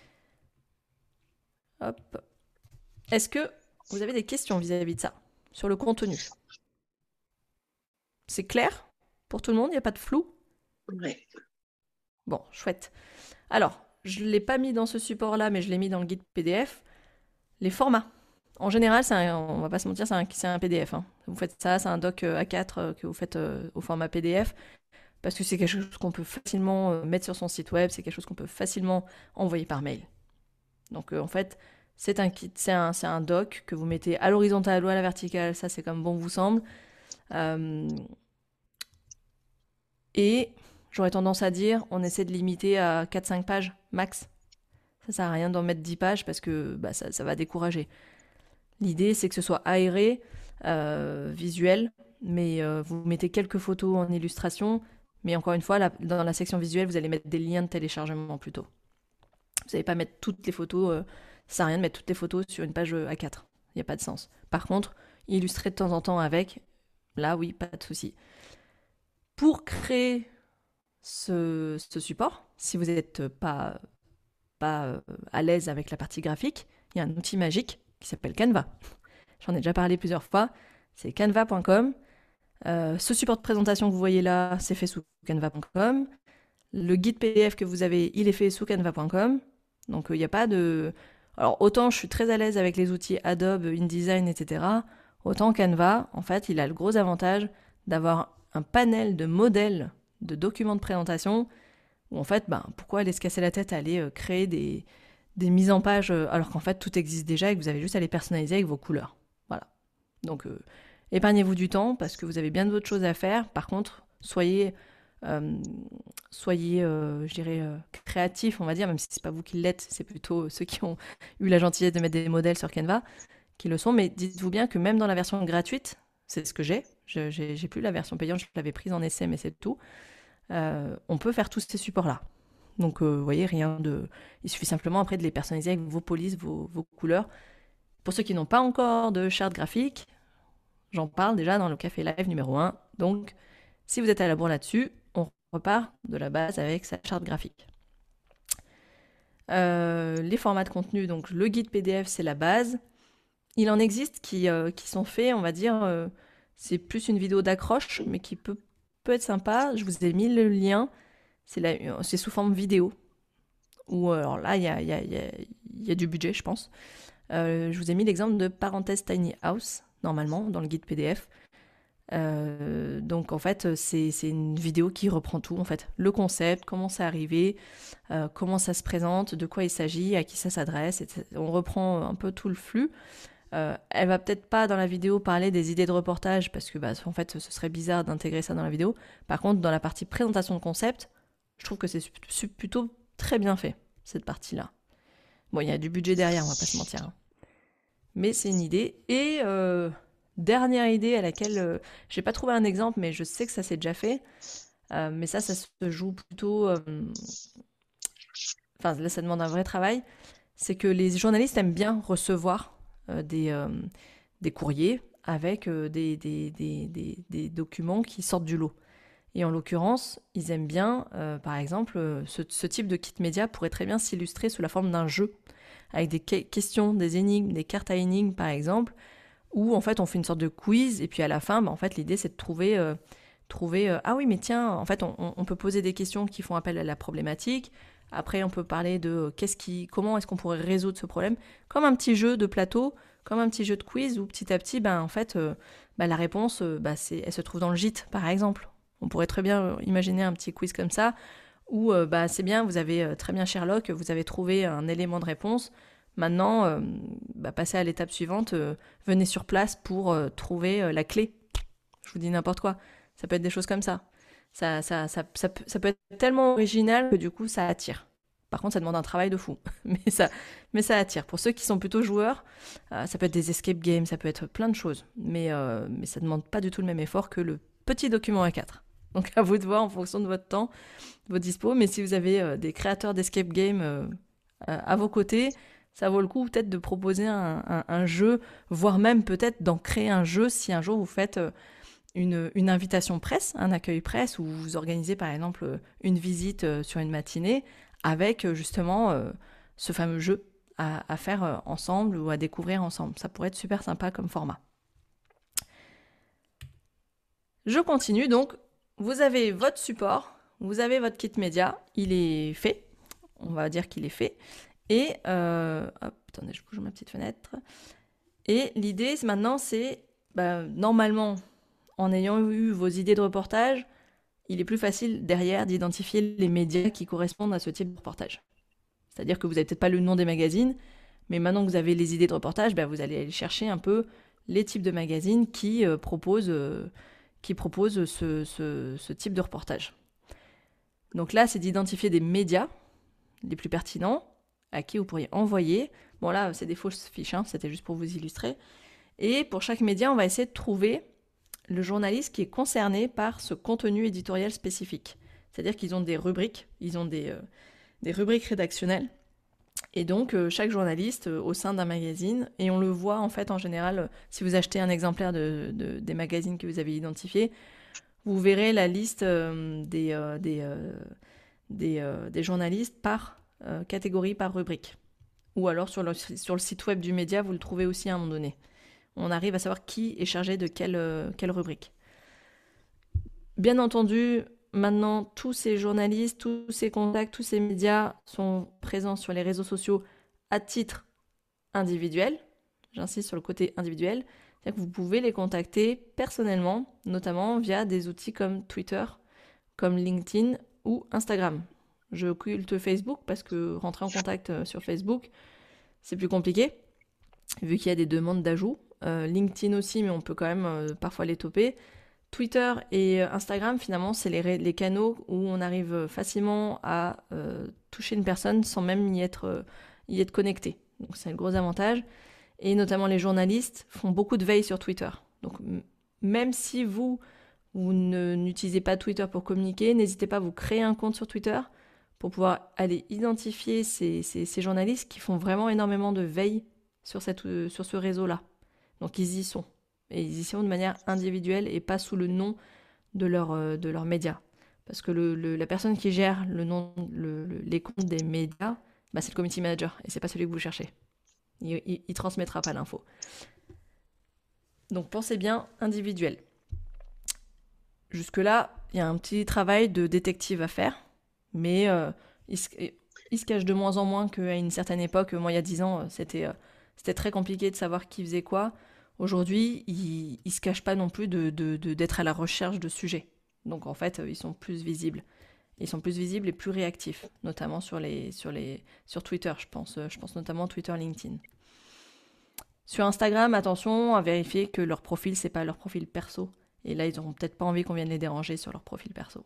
Hop. Est-ce que vous avez des questions vis-à-vis de ça, sur le contenu? C'est clair pour tout le monde? Il n'y a pas de flou? Ouais. Bon, chouette. Alors, je ne l'ai pas mis dans ce support-là, mais je l'ai mis dans le guide P D F. Les formats. En général, c'est un, on va pas se mentir, c'est un, c'est un P D F. Hein. Vous faites ça, c'est un doc A quatre euh, que vous faites euh, au format P D F, parce que c'est quelque chose qu'on peut facilement euh, mettre sur son site web, c'est quelque chose qu'on peut facilement envoyer par mail. Donc euh, en fait, c'est un kit, c'est un, c'est un doc que vous mettez à l'horizontale ou à la verticale, ça c'est comme bon vous semble. Euh, et j'aurais tendance à dire, on essaie de limiter à quatre cinq pages max. Ça sert à rien d'en mettre dix pages parce que bah, ça, ça va décourager. L'idée, c'est que ce soit aéré, euh, visuel, mais euh, vous mettez quelques photos en illustration, mais encore une fois, là, dans la section visuelle, vous allez mettre des liens de téléchargement plutôt. Vous n'allez pas mettre toutes les photos, euh, ça sert à rien de mettre toutes les photos sur une page A quatre, il n'y a pas de sens. Par contre, illustrer de temps en temps avec, là oui, pas de souci. Pour créer ce, ce support, si vous n'êtes pas, pas à l'aise avec la partie graphique, il y a un outil magique qui s'appelle Canva. J'en ai déjà parlé plusieurs fois, c'est canva point com. Euh, ce support de présentation que vous voyez là, c'est fait sous canva point com. Le guide P D F que vous avez, il est fait sous canva point com. Donc il euh, n'y a pas de... Alors autant je suis très à l'aise avec les outils Adobe, InDesign, et cetera. Autant Canva, en fait, il a le gros avantage d'avoir un panel de modèles de documents de présentation où en fait, ben, pourquoi aller se casser la tête à aller euh, créer des... des mises en page, euh, alors qu'en fait, tout existe déjà et que vous avez juste à les personnaliser avec vos couleurs. Voilà. Donc, euh, épargnez-vous du temps parce que vous avez bien d'autres choses à faire. Par contre, soyez, euh, soyez euh, je dirais, euh, créatifs, on va dire, même si c'est pas vous qui l'êtes, c'est plutôt ceux qui ont eu la gentillesse de mettre des modèles sur Canva qui le sont. Mais dites-vous bien que même dans la version gratuite, c'est ce que j'ai, je, j'ai, j'ai plus la version payante, je l'avais prise en essai, mais c'est tout. Euh, on peut faire tous ces supports-là. Donc, euh, vous voyez, rien de... Il suffit simplement après de les personnaliser avec vos polices, vos, vos couleurs. Pour ceux qui n'ont pas encore de charte graphique, j'en parle déjà dans le Café Live numéro un. Donc, si vous êtes à la bourre là-dessus, on repart de la base avec sa charte graphique. Euh, les formats de contenu, donc le guide P D F, c'est la base. Il en existe qui, euh, qui sont faits, on va dire, euh, c'est plus une vidéo d'accroche, mais qui peut, peut être sympa. Je vous ai mis le lien. C'est, la, c'est sous forme vidéo. Où, alors là, il y a, y, a, y, a, y a du budget, je pense. Euh, je vous ai mis l'exemple de Parenthèse Tiny House, normalement, dans le guide P D F. Euh, donc, en fait, c'est, c'est une vidéo qui reprend tout, en fait. Le concept, comment c'est arrivé, euh, comment ça se présente, de quoi il s'agit, à qui ça s'adresse. Et cetera. On reprend un peu tout le flux. Euh, elle va peut-être pas dans la vidéo parler des idées de reportage, parce que, bah, en fait, ce serait bizarre d'intégrer ça dans la vidéo. Par contre, dans la partie présentation de concept, je trouve que c'est plutôt très bien fait, cette partie-là. Bon, il y a du budget derrière, on va pas se mentir. Hein. Mais c'est une idée. Et euh, dernière idée à laquelle... Euh, j'ai pas trouvé un exemple, mais je sais que ça s'est déjà fait. Euh, mais ça, ça se joue plutôt... Euh, enfin, là, ça demande un vrai travail. C'est que les journalistes aiment bien recevoir euh, des, euh, des courriers avec euh, des, des, des, des, des documents qui sortent du lot. Et en l'occurrence, ils aiment bien, euh, par exemple, euh, ce, ce type de kit média pourrait très bien s'illustrer sous la forme d'un jeu, avec des que- questions, des énigmes, des cartes à énigmes, par exemple, où en fait on fait une sorte de quiz, et puis à la fin, bah, en fait, l'idée c'est de trouver, euh, trouver euh, ah oui, mais tiens, en fait, on, on peut poser des questions qui font appel à la problématique. Après, on peut parler de euh, qu'est-ce qui, comment est-ce qu'on pourrait résoudre ce problème, comme un petit jeu de plateau, comme un petit jeu de quiz, où petit à petit, bah, en fait, euh, bah, la réponse, euh, bah, c'est, elle se trouve dans le gîte, par exemple. On pourrait très bien imaginer un petit quiz comme ça, où euh, bah, c'est bien, vous avez euh, très bien Sherlock, vous avez trouvé un élément de réponse, Maintenant, euh, bah, passez à l'étape suivante, euh, venez sur place pour euh, trouver euh, la clé. Je vous dis n'importe quoi. Ça peut être des choses comme ça. Ça, ça, ça, ça, peut, ça peut être tellement original que du coup, ça attire. Par contre, ça demande un travail de fou. mais, ça, mais ça attire. Pour ceux qui sont plutôt joueurs, euh, ça peut être des escape games, ça peut être plein de choses. Mais, euh, mais ça ne demande pas du tout le même effort que le petit document A quatre. Donc à vous de voir en fonction de votre temps, de votre dispo. Mais si vous avez euh, des créateurs d'escape games euh, à vos côtés, ça vaut le coup peut-être de proposer un, un, un jeu, voire même peut-être d'en créer un jeu si un jour vous faites euh, une, une invitation presse, un accueil presse, où vous organisez par exemple une visite euh, sur une matinée avec euh, justement euh, ce fameux jeu à, à faire euh, ensemble ou à découvrir ensemble. Ça pourrait être super sympa comme format. Je continue donc. Vous avez votre support, vous avez votre kit média, il est fait. On va dire qu'il est fait. Et, euh, hop, attendez, je bouge ma petite fenêtre. Et l'idée, maintenant, c'est, bah, normalement, en ayant eu vos idées de reportage, il est plus facile derrière d'identifier les médias qui correspondent à ce type de reportage. C'est-à-dire que vous n'avez peut-être pas le nom des magazines, mais maintenant que vous avez les idées de reportage, bah, vous allez aller chercher un peu les types de magazines qui euh, proposent, euh, qui proposent ce, ce, ce type de reportage. Donc là, c'est d'identifier des médias les plus pertinents, à qui vous pourriez envoyer. Bon là, c'est des fausses fiches, hein, c'était juste pour vous illustrer. Et pour chaque média, on va essayer de trouver le journaliste qui est concerné par ce contenu éditorial spécifique. C'est-à-dire qu'ils ont des rubriques, ils ont des, euh, des rubriques rédactionnelles. Et donc, euh, chaque journaliste euh, au sein d'un magazine, et on le voit en fait en général, euh, si vous achetez un exemplaire de, de, des magazines que vous avez identifiés, vous verrez la liste euh, des, euh, des, euh, des, euh, des journalistes par euh, catégorie, par rubrique. Ou alors sur le, sur le site web du média, vous le trouvez aussi à un moment donné. On arrive à savoir qui est chargé de quelle, euh, quelle rubrique. Bien entendu, maintenant, tous ces journalistes, tous ces contacts, tous ces médias sont présents sur les réseaux sociaux à titre individuel. J'insiste sur le côté individuel. C'est-à-dire que vous pouvez les contacter personnellement, notamment via des outils comme Twitter, comme LinkedIn ou Instagram. Je occulte Facebook parce que rentrer en contact sur Facebook, c'est plus compliqué, vu qu'il y a des demandes d'ajout. Euh, LinkedIn aussi, mais on peut quand même euh, parfois les toper. Twitter et Instagram, finalement, c'est les, les canaux où on arrive facilement à euh, toucher une personne sans même y être, euh, y être connecté. Donc c'est le gros avantage. Et notamment les journalistes font beaucoup de veille sur Twitter. Donc m- même si vous, vous ne, n'utilisez pas Twitter pour communiquer, n'hésitez pas à vous créer un compte sur Twitter pour pouvoir aller identifier ces, ces, ces journalistes qui font vraiment énormément de veille sur, cette, euh, sur ce réseau-là. Donc ils y sont. Et ils y sont de manière individuelle et pas sous le nom de leur, euh, de leur média. Parce que le, le, la personne qui gère le nom, le, le, les comptes des médias, bah, c'est le community manager et c'est pas celui que vous cherchez. Il, il, il transmettra pas l'info. Donc pensez bien individuel. Jusque-là, il y a un petit travail de détective à faire, mais euh, il, se, il se cache de moins en moins qu'à une certaine époque. Moi, il y a dix ans, c'était, euh, c'était très compliqué de savoir qui faisait quoi. Aujourd'hui, ils ne se cachent pas non plus de, de, de, d'être à la recherche de sujets. Donc en fait, ils sont plus visibles. Ils sont plus visibles et plus réactifs, notamment sur, les, sur, les, sur Twitter, je pense. Je pense notamment Twitter, LinkedIn. Sur Instagram, attention à vérifier que leur profil, c'est pas leur profil perso. Et là, ils n'auront peut-être pas envie qu'on vienne les déranger sur leur profil perso.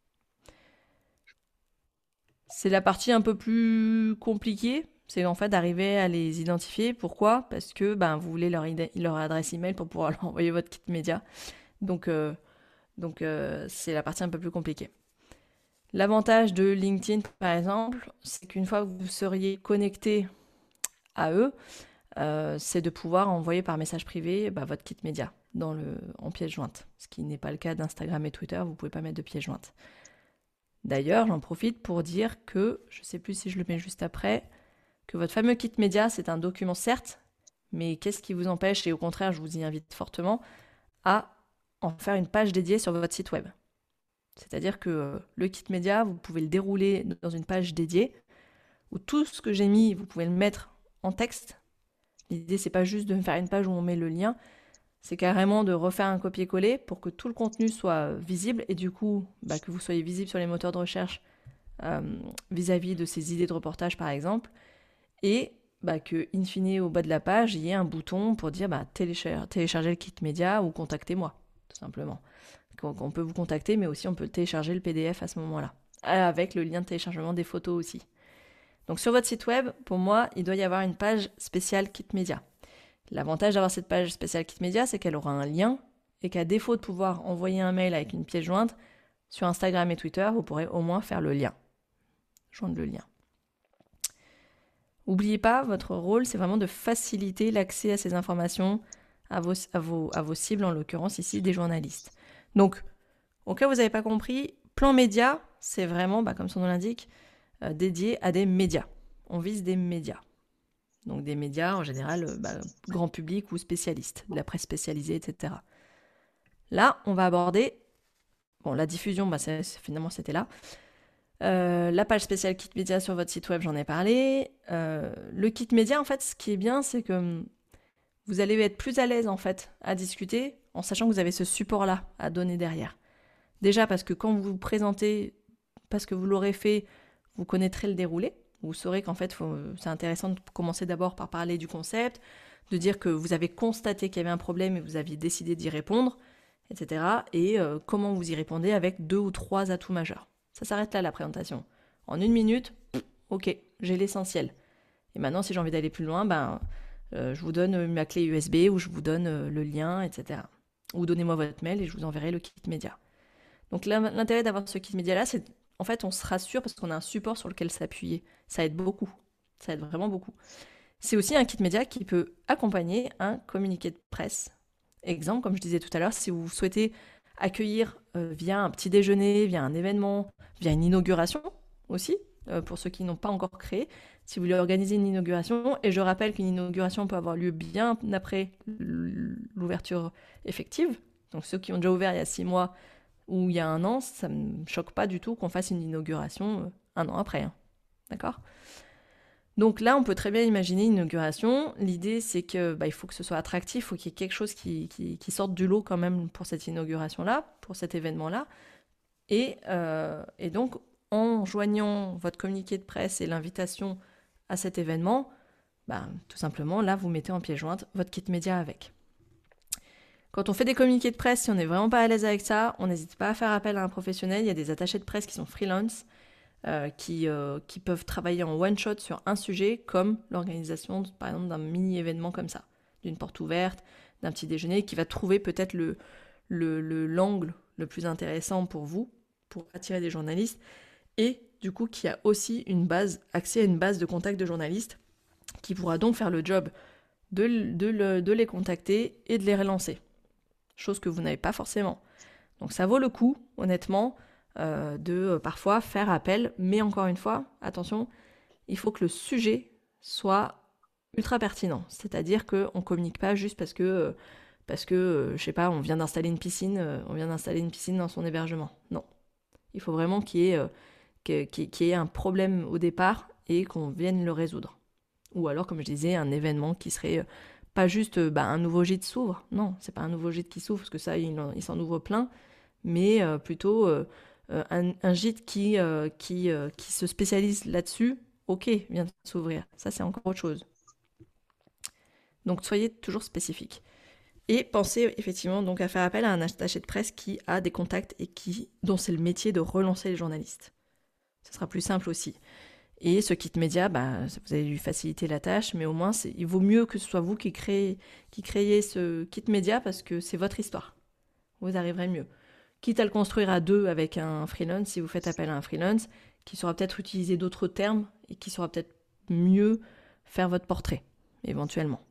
C'est la partie un peu plus compliquée. C'est en fait d'arriver à les identifier. Pourquoi ? Parce que ben, vous voulez leur, ida- leur adresse email pour pouvoir leur envoyer votre kit média. Donc, euh, donc euh, c'est la partie un peu plus compliquée. L'avantage de LinkedIn, par exemple, c'est qu'une fois que vous seriez connecté à eux, euh, c'est de pouvoir envoyer par message privé bah, votre kit média dans le, en pièce jointe. Ce qui n'est pas le cas d'Instagram et Twitter, vous ne pouvez pas mettre de pièce jointe. D'ailleurs, j'en profite pour dire que, je ne sais plus si je le mets juste après, que votre fameux kit média, c'est un document certes, mais qu'est-ce qui vous empêche, et au contraire, je vous y invite fortement, à en faire une page dédiée sur votre site web. C'est-à-dire que euh, le kit média, vous pouvez le dérouler dans une page dédiée, où tout ce que j'ai mis, vous pouvez le mettre en texte. L'idée, c'est pas juste de faire une page où on met le lien, c'est carrément de refaire un copier-coller pour que tout le contenu soit visible, et du coup, bah, que vous soyez visible sur les moteurs de recherche euh, vis-à-vis de ces idées de reportage, par exemple, et bah, que, in fine, au bas de la page, il y ait un bouton pour dire bah, télécharger, télécharger le kit média ou contactez-moi, tout simplement. On peut vous contacter, mais aussi on peut télécharger le P D F à ce moment-là, avec le lien de téléchargement des photos aussi. Donc sur votre site web, pour moi, il doit y avoir une page spéciale kit média. L'avantage d'avoir cette page spéciale kit média, c'est qu'elle aura un lien et qu'à défaut de pouvoir envoyer un mail avec une pièce jointe, sur Instagram et Twitter, vous pourrez au moins faire le lien. Joindre le lien. N'oubliez pas, votre rôle, c'est vraiment de faciliter l'accès à ces informations à vos, à vos, à vos cibles, en l'occurrence ici des journalistes. Donc, au cas où vous n'avez pas compris, plan média, c'est vraiment, bah, comme son nom l'indique, euh, dédié à des médias. On vise des médias. Donc des médias, en général, euh, bah, grand public ou spécialistes, de la presse spécialisée, et cetera. Là, on va aborder, bon, la diffusion, bah, c'est, c'est, finalement, c'était là. Euh, la page spéciale kit média sur votre site web, j'en ai parlé. Euh, le kit média, en fait, ce qui est bien, c'est que vous allez être plus à l'aise, en fait, à discuter, en sachant que vous avez ce support-là à donner derrière. Déjà parce que quand vous vous présentez, parce que vous l'aurez fait, vous connaîtrez le déroulé. Vous saurez qu'en fait, faut, c'est intéressant de commencer d'abord par parler du concept, de dire que vous avez constaté qu'il y avait un problème et vous aviez décidé d'y répondre, et cetera. Et euh, comment vous y répondez avec deux ou trois atouts majeurs. Ça s'arrête là, la présentation. En une minute, ok, j'ai l'essentiel. Et maintenant, si j'ai envie d'aller plus loin, ben, euh, je vous donne ma clé U S B ou je vous donne euh, le lien, et cetera. Ou donnez-moi votre mail et je vous enverrai le kit média. Donc là, l'intérêt d'avoir ce kit média-là, c'est en fait, on se rassure parce qu'on a un support sur lequel s'appuyer. Ça aide beaucoup. Ça aide vraiment beaucoup. C'est aussi un kit média qui peut accompagner un communiqué de presse. Exemple, comme je disais tout à l'heure, si vous souhaitez accueillir euh, via un petit déjeuner, via un événement, via une inauguration aussi, euh, pour ceux qui n'ont pas encore créé, si vous voulez organiser une inauguration, et je rappelle qu'une inauguration peut avoir lieu bien après l'ouverture effective, donc ceux qui ont déjà ouvert il y a six mois ou il y a un an, ça ne me choque pas du tout qu'on fasse une inauguration euh, un an après, hein. D'accord ? Donc là, on peut très bien imaginer une inauguration. L'idée, c'est que bah, il faut que ce soit attractif, il faut qu'il y ait quelque chose qui, qui, qui sorte du lot quand même pour cette inauguration-là, pour cet événement-là. Et, euh, et donc, en joignant votre communiqué de presse et l'invitation à cet événement, bah, tout simplement, là, vous mettez en pièce jointe votre kit média avec. Quand on fait des communiqués de presse, si on n'est vraiment pas à l'aise avec ça, on n'hésite pas à faire appel à un professionnel. Il y a des attachés de presse qui sont freelance, euh, qui, euh, qui peuvent travailler en one-shot sur un sujet, comme l'organisation, par exemple, d'un mini-événement comme ça, d'une porte ouverte, d'un petit déjeuner, qui va trouver peut-être le, le, le, l'angle le plus intéressant pour vous, pour attirer des journalistes, et du coup, qui a aussi une base, accès à une base de contact de journalistes, qui pourra donc faire le job de, de, le, de les contacter et de les relancer. Chose que vous n'avez pas forcément. Donc ça vaut le coup, honnêtement, euh, de euh, parfois faire appel, mais encore une fois, attention, il faut que le sujet soit ultra pertinent. C'est-à-dire qu'on ne communique pas juste parce que, euh, parce que euh, je sais pas, on vient d'installer une piscine, euh, on vient d'installer une piscine dans son hébergement. Non. Il faut vraiment qu'il y ait, euh, qu'il y ait, qu'il y ait un problème au départ et qu'on vienne le résoudre. Ou alors, comme je disais, un événement qui serait... Euh, pas juste bah, un nouveau gîte s'ouvre, non, c'est pas un nouveau gîte qui s'ouvre, parce que ça, il, en, il s'en ouvre plein, mais euh, plutôt euh, un, un gîte qui, euh, qui, euh, qui se spécialise là-dessus, ok, vient de s'ouvrir. Ça, c'est encore autre chose. Donc, soyez toujours spécifique. Et pensez effectivement donc à faire appel à un attaché de presse qui a des contacts et qui, dont c'est le métier de relancer les journalistes. Ce sera plus simple aussi. Et ce kit média, bah, vous allez lui faciliter la tâche, mais au moins, c'est, il vaut mieux que ce soit vous qui créez, qui créez ce kit média parce que c'est votre histoire. Vous arriverez mieux. Quitte à le construire à deux avec un freelance, si vous faites appel à un freelance, qui saura peut-être utiliser d'autres termes et qui saura peut-être mieux faire votre portrait, éventuellement.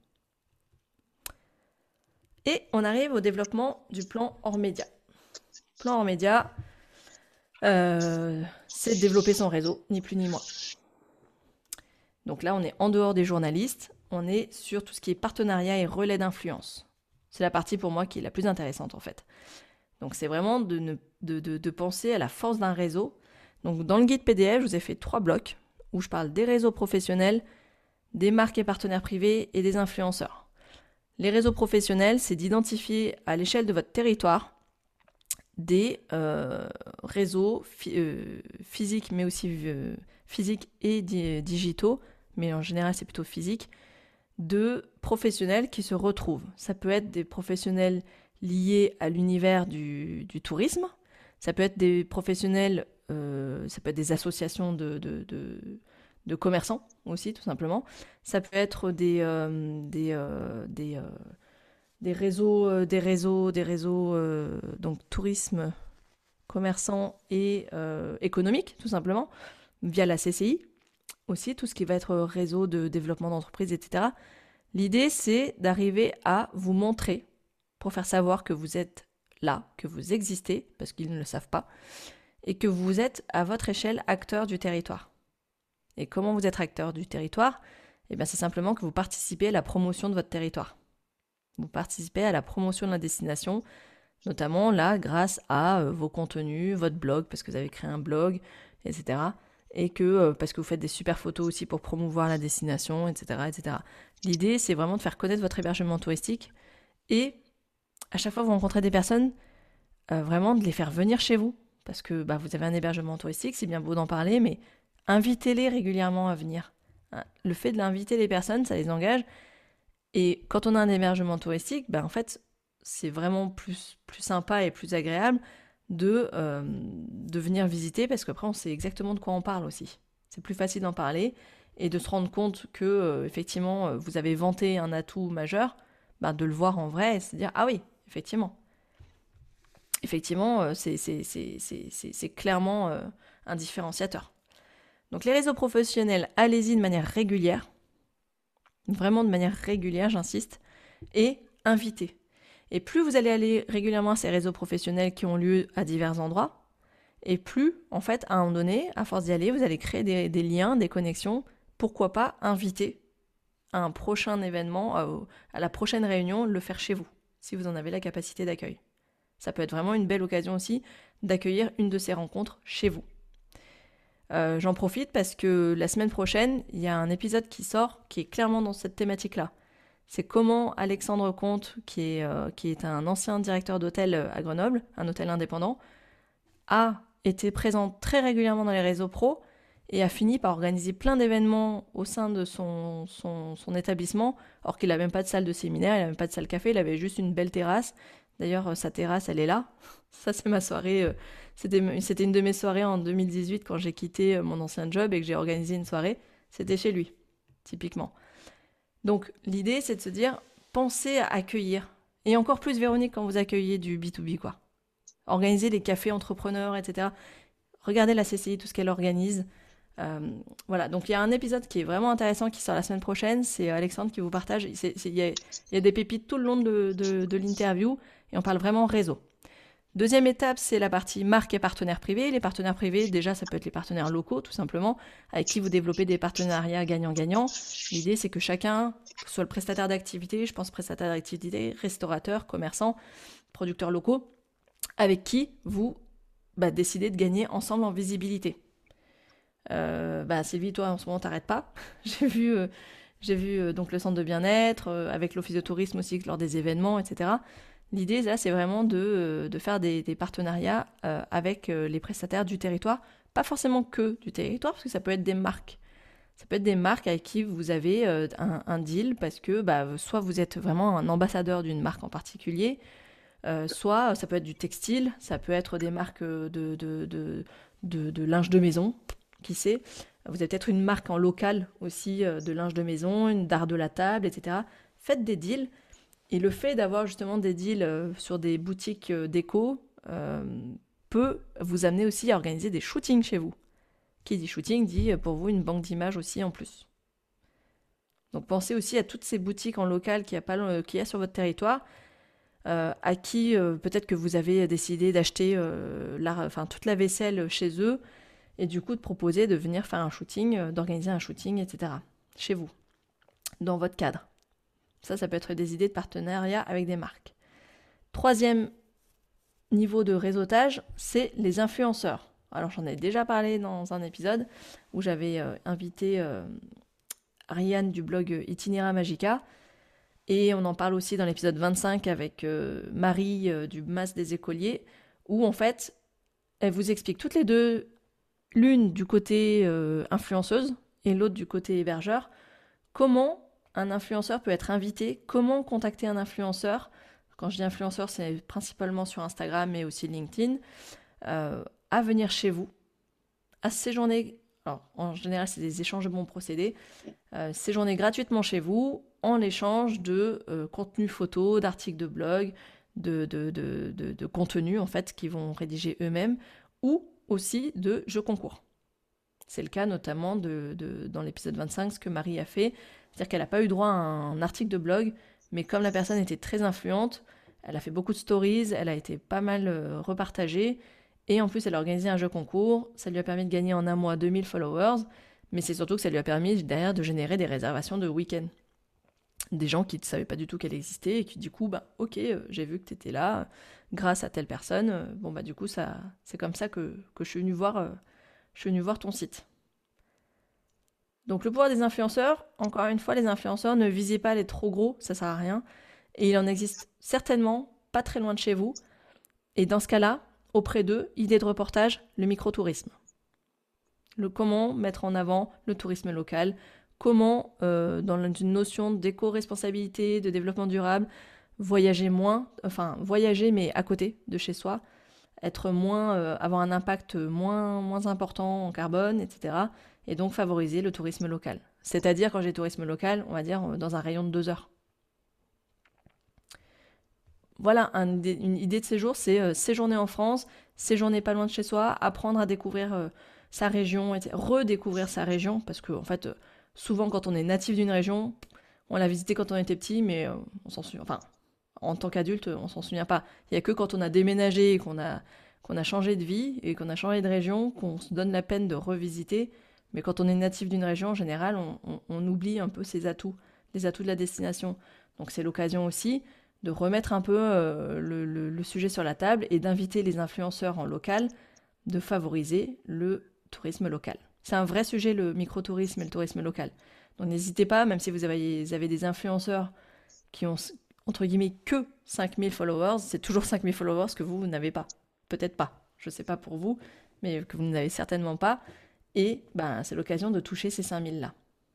Et on arrive au développement du plan hors média. Plan hors média, euh, c'est de développer son réseau, ni plus ni moins. Donc là, on est en dehors des journalistes, on est sur tout ce qui est partenariat et relais d'influence. C'est la partie pour moi qui est la plus intéressante en fait. Donc c'est vraiment de, ne, de, de, de penser à la force d'un réseau. Donc dans le guide P D F, je vous ai fait trois blocs où je parle des réseaux professionnels, des marques et partenaires privés et des influenceurs. Les réseaux professionnels, c'est d'identifier à l'échelle de votre territoire des euh, réseaux fi- euh, physiques mais aussi euh, physiques et di- digitaux mais en général c'est plutôt physique, de professionnels qui se retrouvent. Ça peut être des professionnels liés à l'univers du, du tourisme, ça peut être des professionnels, euh, ça peut être des associations de, de, de, de commerçants aussi, tout simplement. Ça peut être des, euh, des, euh, des, euh, des réseaux, euh, des réseaux, des réseaux euh, donc tourisme, commerçants et euh, économiques, tout simplement, via la C C I. Aussi, tout ce qui va être réseau de développement d'entreprise, et cetera. L'idée, c'est d'arriver à vous montrer, pour faire savoir que vous êtes là, que vous existez, parce qu'ils ne le savent pas, et que vous êtes, à votre échelle, acteur du territoire. Et comment vous êtes acteur du territoire ? Eh bien, c'est simplement que vous participez à la promotion de votre territoire. Vous participez à la promotion de la destination, notamment là, grâce à euh, vos contenus, votre blog, parce que vous avez créé un blog, et cetera, et que euh, parce que vous faites des super photos aussi pour promouvoir la destination, et cetera, et cetera. L'idée, c'est vraiment de faire connaître votre hébergement touristique et à chaque fois que vous rencontrez des personnes, euh, vraiment de les faire venir chez vous, parce que bah, vous avez un hébergement touristique, c'est bien beau d'en parler, mais invitez-les régulièrement à venir. Le fait de l'inviter les personnes, ça les engage, et quand on a un hébergement touristique, bah, en fait, c'est vraiment plus, plus sympa et plus agréable de, euh, de venir visiter, parce qu'après on sait exactement de quoi on parle aussi. C'est plus facile d'en parler et de se rendre compte que euh, effectivement vous avez vanté un atout majeur, bah, de le voir en vrai et se dire ah oui, effectivement. Effectivement, euh, c'est, c'est, c'est, c'est, c'est, c'est clairement euh, un différenciateur. Donc les réseaux professionnels, allez-y de manière régulière, vraiment de manière régulière, j'insiste, et invitez. Et plus vous allez aller régulièrement à ces réseaux professionnels qui ont lieu à divers endroits, et plus, en fait, à un moment donné, à force d'y aller, vous allez créer des, des liens, des connexions. Pourquoi pas inviter à un prochain événement, à, à la prochaine réunion, le faire chez vous, si vous en avez la capacité d'accueil. Ça peut être vraiment une belle occasion aussi d'accueillir une de ces rencontres chez vous. Euh, j'en profite parce que la semaine prochaine, il y a un épisode qui sort qui est clairement dans cette thématique-là. C'est comment Alexandre Comte, qui est, euh, qui est un ancien directeur d'hôtel à Grenoble, un hôtel indépendant, a été présent très régulièrement dans les réseaux pro et a fini par organiser plein d'événements au sein de son, son, son établissement, or qu'il n'avait même pas de salle de séminaire, il n'avait même pas de salle café, il avait juste une belle terrasse. D'ailleurs, sa terrasse, elle est là. Ça, c'est ma soirée. Euh, c'était, c'était une de mes soirées en deux mille dix-huit quand j'ai quitté mon ancien job et que j'ai organisé une soirée. C'était chez lui, typiquement. Donc, l'idée, c'est de se dire, pensez à accueillir. Et encore plus, Véronique, quand vous accueillez du B deux B, quoi. Organiser des cafés entrepreneurs, et cetera. Regardez la C C I, tout ce qu'elle organise. Euh, voilà, donc il y a un épisode qui est vraiment intéressant qui sort la semaine prochaine. C'est Alexandre qui vous partage. Il y, y a des pépites tout le long de, de, de l'interview et on parle vraiment réseau. Deuxième étape, c'est la partie marque et partenaires privés. Les partenaires privés, déjà, ça peut être les partenaires locaux, tout simplement, avec qui vous développez des partenariats gagnant-gagnant. L'idée, c'est que chacun, que ce soit le prestataire d'activité, je pense prestataire d'activité, restaurateur, commerçant, producteurs locaux, avec qui vous bah, décidez de gagner ensemble en visibilité. Euh, bah, Sylvie, toi, en ce moment, t'arrêtes pas. j'ai vu, euh, j'ai vu euh, donc le centre de bien-être, euh, avec l'office de tourisme aussi, lors des événements, et cetera. L'idée, là, c'est vraiment de, de faire des, des partenariats euh, avec euh, les prestataires du territoire. Pas forcément que du territoire, parce que ça peut être des marques. Ça peut être des marques avec qui vous avez euh, un, un deal, parce que bah, soit vous êtes vraiment un ambassadeur d'une marque en particulier, euh, soit ça peut être du textile, ça peut être des marques de, de, de, de, de linge de maison, qui sait. Vous avez peut-être une marque en local aussi euh, de linge de maison, une d'art de la table, et cetera. Faites des deals. Et le fait d'avoir justement des deals euh, sur des boutiques euh, déco euh, peut vous amener aussi à organiser des shootings chez vous. Qui dit shooting dit euh, pour vous une banque d'images aussi en plus. Donc pensez aussi à toutes ces boutiques en local qu'il y a, pas, euh, qu'il y a sur votre territoire, euh, à qui euh, peut-être que vous avez décidé d'acheter euh, la, enfin, toute la vaisselle chez eux, et du coup de proposer de venir faire un shooting, euh, d'organiser un shooting, et cetera. Chez vous, dans votre cadre. Ça, ça peut être des idées de partenariat avec des marques. Troisième niveau de réseautage, c'est les influenceurs. Alors, j'en ai déjà parlé dans un épisode où j'avais euh, invité euh, Ariane du blog Itinera Magica. Et on en parle aussi dans l'épisode vingt-cinq avec euh, Marie euh, du Mas des écoliers, où en fait, elle vous explique toutes les deux, l'une du côté euh, influenceuse, et l'autre du côté hébergeur. Comment un influenceur peut être invité? Comment contacter un influenceur? Quand je dis influenceur, c'est principalement sur Instagram mais aussi LinkedIn, euh, à venir chez vous, à séjourner. Alors, en général, c'est des échanges de bons procédés. Euh, séjourner gratuitement chez vous en l'échange de euh, contenus photos, d'articles de blog, de, de, de, de, de contenus en fait qu'ils vont rédiger eux-mêmes, ou aussi de jeux concours. C'est le cas notamment de, de, dans l'épisode vingt-cinq, ce que Marie a fait. C'est-à-dire qu'elle n'a pas eu droit à un article de blog, mais comme la personne était très influente, elle a fait beaucoup de stories, elle a été pas mal euh, repartagée, et en plus elle a organisé un jeu concours. Ça lui a permis de gagner en un mois deux mille followers, mais c'est surtout que ça lui a permis derrière de générer des réservations de week-end. Des gens qui ne savaient pas du tout qu'elle existait, et qui du coup, bah ok, euh, j'ai vu que tu étais là, euh, grâce à telle personne, euh, bon bah du coup, ça, c'est comme ça que, que je suis venue voir... Euh, je suis venue voir ton site. Donc le pouvoir des influenceurs, encore une fois, les influenceurs, ne visez pas les trop gros, ça sert à rien. Et il en existe certainement pas très loin de chez vous. Et dans ce cas-là, auprès d'eux, idée de reportage, le microtourisme. Le comment mettre en avant le tourisme local, comment, euh, dans une notion d'éco-responsabilité, de développement durable, voyager moins, enfin voyager mais à côté de chez soi, être moins, euh, avoir un impact moins, moins important en carbone, et cetera. Et donc favoriser le tourisme local. C'est-à-dire, quand j'ai tourisme local, on va dire dans un rayon de deux heures. Voilà, un, une idée de séjour, c'est euh, séjourner en France, séjourner pas loin de chez soi, apprendre à découvrir euh, sa région, et cetera. Redécouvrir sa région, parce que en fait, euh, souvent quand on est natif d'une région, on l'a visité quand on était petit, mais euh, on s'en souvient. Enfin, en tant qu'adulte, on s'en souvient pas. Il n'y a que quand on a déménagé, qu'on a, qu'on a changé de vie et qu'on a changé de région, qu'on se donne la peine de revisiter. Mais quand on est natif d'une région, en général, on, on, on oublie un peu ses atouts, les atouts de la destination. Donc c'est l'occasion aussi de remettre un peu euh, le, le, le sujet sur la table et d'inviter les influenceurs en local, de favoriser le tourisme local. C'est un vrai sujet, le microtourisme et le tourisme local. Donc n'hésitez pas, même si vous avez, vous avez des influenceurs qui ont, entre guillemets, que cinq mille followers, c'est toujours cinq mille followers que vous, vous n'avez pas. Peut-être pas, je ne sais pas pour vous, mais que vous n'avez certainement pas. Et ben, c'est l'occasion de toucher ces cinq mille-là.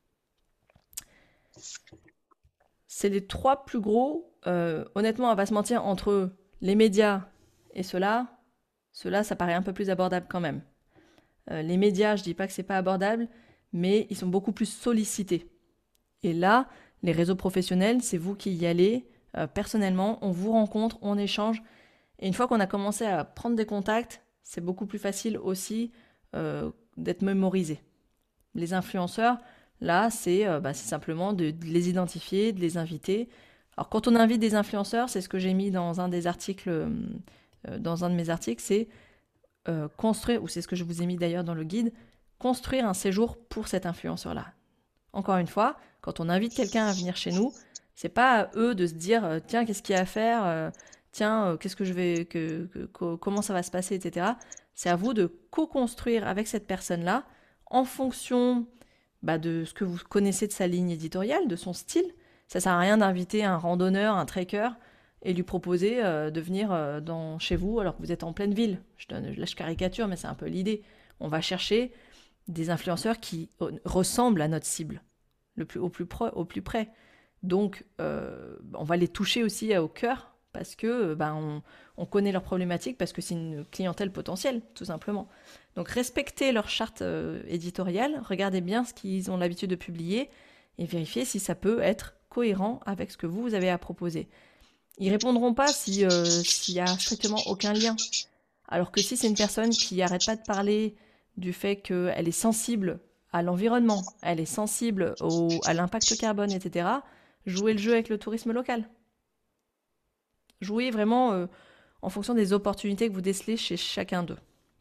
C'est les trois plus gros. Euh, honnêtement, on va pas se mentir, entre les médias et ceux-là, ceux-là, ça paraît un peu plus abordable quand même. Euh, les médias, je dis pas que c'est pas abordable, mais ils sont beaucoup plus sollicités. Et là, les réseaux professionnels, c'est vous qui y allez euh, personnellement, on vous rencontre, on échange. Et une fois qu'on a commencé à prendre des contacts, c'est beaucoup plus facile aussi euh, d'être mémorisé. Les influenceurs, là, c'est, euh, bah, c'est simplement de, de les identifier, de les inviter. Alors, quand on invite des influenceurs, c'est ce que j'ai mis dans un des articles, euh, dans un de mes articles, c'est euh, construire, ou c'est ce que je vous ai mis d'ailleurs dans le guide, construire un séjour pour cet influenceur-là. Encore une fois, quand on invite quelqu'un à venir chez nous, c'est pas à eux de se dire euh, tiens, qu'est-ce qu'il y a à faire, euh, tiens, euh, qu'est-ce que je vais, que, que, que, comment ça va se passer, et cetera. C'est à vous de co-construire avec cette personne-là en fonction bah, de ce que vous connaissez de sa ligne éditoriale, de son style. Ça sert à rien d'inviter un randonneur, un trekker et lui proposer euh, de venir euh, dans, chez vous alors que vous êtes en pleine ville. Je, donne, là, je caricature, mais c'est un peu l'idée. On va chercher des influenceurs qui ressemblent à notre cible, le plus, au, plus pro, au plus près. Donc, euh, on va les toucher aussi au cœur parce que ben, on, on connaît leurs problématiques, parce que c'est une clientèle potentielle, tout simplement. Donc, respectez leur charte euh, éditoriale, regardez bien ce qu'ils ont l'habitude de publier et vérifiez si ça peut être cohérent avec ce que vous, vous avez à proposer. Ils répondront pas si, euh, s'il y a strictement aucun lien. Alors que si c'est une personne qui n'arrête pas de parler du fait qu'elle est sensible à l'environnement, elle est sensible au, à l'impact carbone, et cetera, jouez le jeu avec le tourisme local. Jouez vraiment euh, en fonction des opportunités que vous décelez chez chacun d'eux.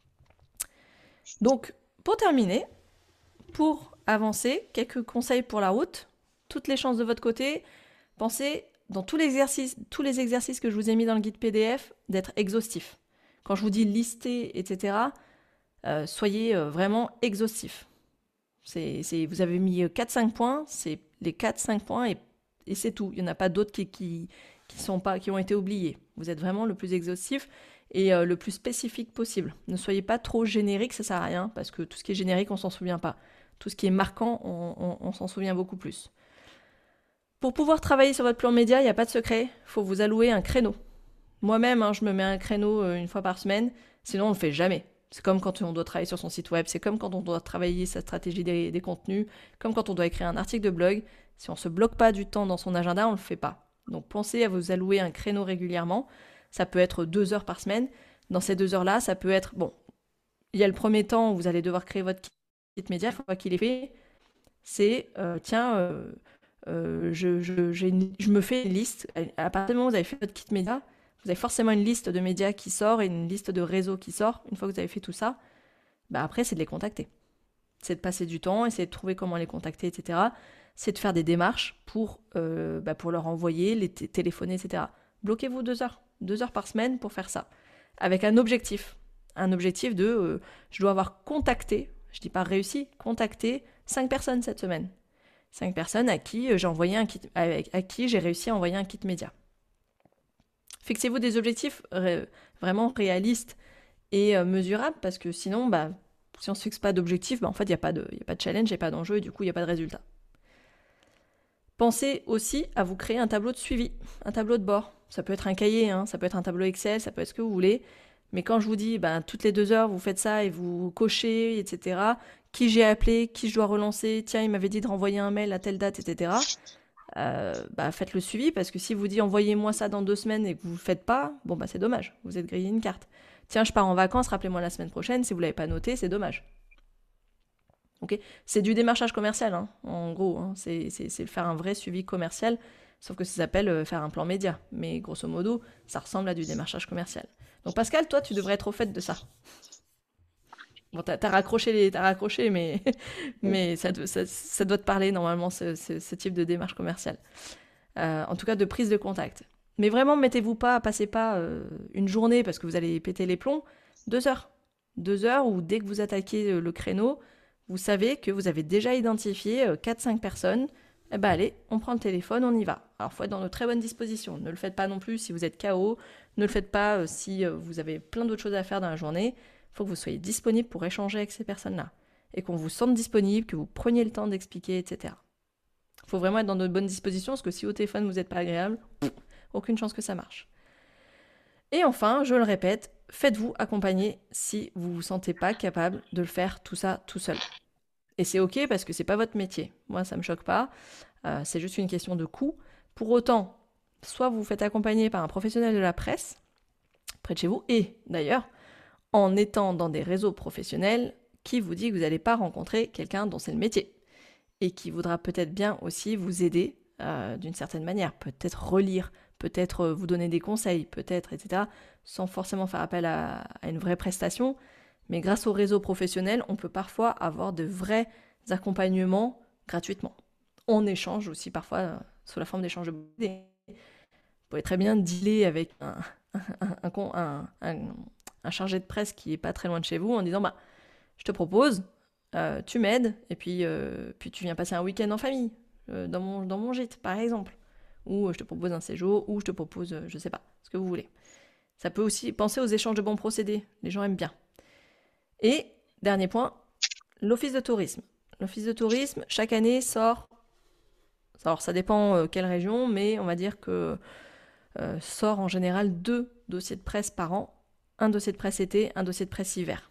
Donc, pour terminer, pour avancer, quelques conseils pour la route. Toutes les chances de votre côté. Pensez, dans tous les exercices, tous les exercices que je vous ai mis dans le guide P D F, d'être exhaustif. Quand je vous dis lister, et cetera, euh, soyez euh, vraiment exhaustif. C'est, c'est, vous avez mis quatre cinq points, c'est les quatre cinq points et, et c'est tout. Il n'y en a pas d'autres qui, qui, qui, sont pas, qui ont été oubliés. Vous êtes vraiment le plus exhaustif et euh, le plus spécifique possible. Ne soyez pas trop générique, ça ne sert à rien, parce que tout ce qui est générique, on ne s'en souvient pas. tout ce qui est marquant, on, on, on s'en souvient beaucoup plus. Pour pouvoir travailler sur votre plan média, il n'y a pas de secret, il faut vous allouer un créneau. Moi-même, hein, je me mets un créneau euh, une fois par semaine, sinon on ne le fait jamais. C'est comme quand on doit travailler sur son site web, c'est comme quand on doit travailler sa stratégie des, des contenus, comme quand on doit écrire un article de blog. Si on ne se bloque pas du temps dans son agenda, on ne le fait pas. Donc pensez à vous allouer un créneau régulièrement. Ça peut être deux heures par semaine. Dans ces deux heures-là, ça peut être... Bon, il y a le premier temps où vous allez devoir créer votre kit média, une fois qu'il est fait, c'est, euh, tiens, euh, euh, je, je, j'ai une, je me fais une liste. À partir du moment où vous avez fait votre kit média, vous avez forcément une liste de médias qui sort et une liste de réseaux qui sort. Une fois que vous avez fait tout ça, bah après, c'est de les contacter. C'est de passer du temps, essayer de trouver comment les contacter, et cetera. C'est de faire des démarches pour, euh, bah pour leur envoyer, les t- téléphoner, et cetera. Bloquez-vous deux heures, deux heures par semaine pour faire ça. Avec un objectif. Un objectif de, euh, je dois avoir contacté, je dis pas réussi, contacté cinq personnes cette semaine. cinq personnes à qui j'ai envoyé un kit, avec, à qui j'ai réussi à envoyer un kit média. Fixez-vous des objectifs ré- vraiment réalistes et euh, mesurables, parce que sinon, bah, si on ne se fixe pas d'objectifs, bah, en fait, il n'y a, a pas de challenge, il n'y a pas d'enjeu, et du coup, il n'y a pas de résultat. Pensez aussi à vous créer un tableau de suivi, un tableau de bord. Ça peut être un cahier, hein, ça peut être un tableau Excel, ça peut être ce que vous voulez. Mais quand je vous dis, bah, toutes les deux heures, vous faites ça et vous cochez, et cetera. Qui j'ai appelé, qui je dois relancer, tiens, il m'avait dit de renvoyer un mail à telle date, et cetera. Euh, bah, faites le suivi, parce que si vous dites envoyez-moi ça dans deux semaines et que vous ne le faites pas, bon bah c'est dommage, vous êtes grillé une carte. Tiens, je pars en vacances, rappelez-moi la semaine prochaine, si vous ne l'avez pas noté, c'est dommage. Okay, c'est du démarchage commercial, hein, en gros, hein, c'est, c'est, c'est faire un vrai suivi commercial, sauf que ça s'appelle euh, faire un plan média, mais grosso modo, ça ressemble à du démarchage commercial. Donc Pascal, toi, tu devrais être au fait de ça. Bon, t'as, t'as raccroché, les, t'as raccroché, mais, mais ça, ça, ça doit te parler normalement, ce, ce, ce type de démarche commerciale. Euh, en tout cas, de prise de contact. Mais vraiment, mettez-vous pas, passez pas euh, une journée parce que vous allez péter les plombs, deux heures. Deux heures où dès que vous attaquez le créneau, vous savez que vous avez déjà identifié quatre cinq personnes. Eh ben allez, on prend le téléphone, on y va. Alors, il faut être dans de très bonnes dispositions. Ne le faites pas non plus si vous êtes K O. Ne le faites pas euh, si euh, vous avez plein d'autres choses à faire dans la journée. Il faut que vous soyez disponible pour échanger avec ces personnes-là. Et qu'on vous sente disponible, que vous preniez le temps d'expliquer, et cetera. Il faut vraiment être dans de bonnes dispositions, parce que si au téléphone vous n'êtes pas agréable, pff, aucune chance que ça marche. Et enfin, je le répète, faites-vous accompagner si vous ne vous sentez pas capable de le faire tout ça tout seul. Et c'est ok parce que c'est pas votre métier. Moi, ça me choque pas. Euh, c'est juste une question de coût. Pour autant, soit vous vous faites accompagner par un professionnel de la presse près de chez vous, et d'ailleurs, en étant dans des réseaux professionnels qui vous dit que vous n'allez pas rencontrer quelqu'un dont c'est le métier et qui voudra peut-être bien aussi vous aider euh, d'une certaine manière, peut-être relire, peut-être euh, vous donner des conseils, peut-être, et cetera, sans forcément faire appel à, à une vraie prestation. Mais grâce au réseau professionnel, on peut parfois avoir de vrais accompagnements gratuitement. On échange aussi parfois euh, sous la forme d'échanges de idées. Vous pouvez très bien dealer avec un, un, un, un, un, un chargé de presse qui n'est pas très loin de chez vous en disant bah, « je te propose, euh, tu m'aides, et puis, euh, puis tu viens passer un week-end en famille, euh, dans, mon, dans mon gîte, par exemple. Ou euh, je te propose un séjour, ou je te propose, euh, je ne sais pas, ce que vous voulez. » Ça peut aussi penser aux échanges de bons procédés. Les gens aiment bien. Et, dernier point, l'office de tourisme. L'office de tourisme, chaque année, sort... Alors, ça dépend euh, quelle région, mais on va dire que euh, sort en général deux dossiers de presse par an. Un dossier de presse été, un dossier de presse hiver.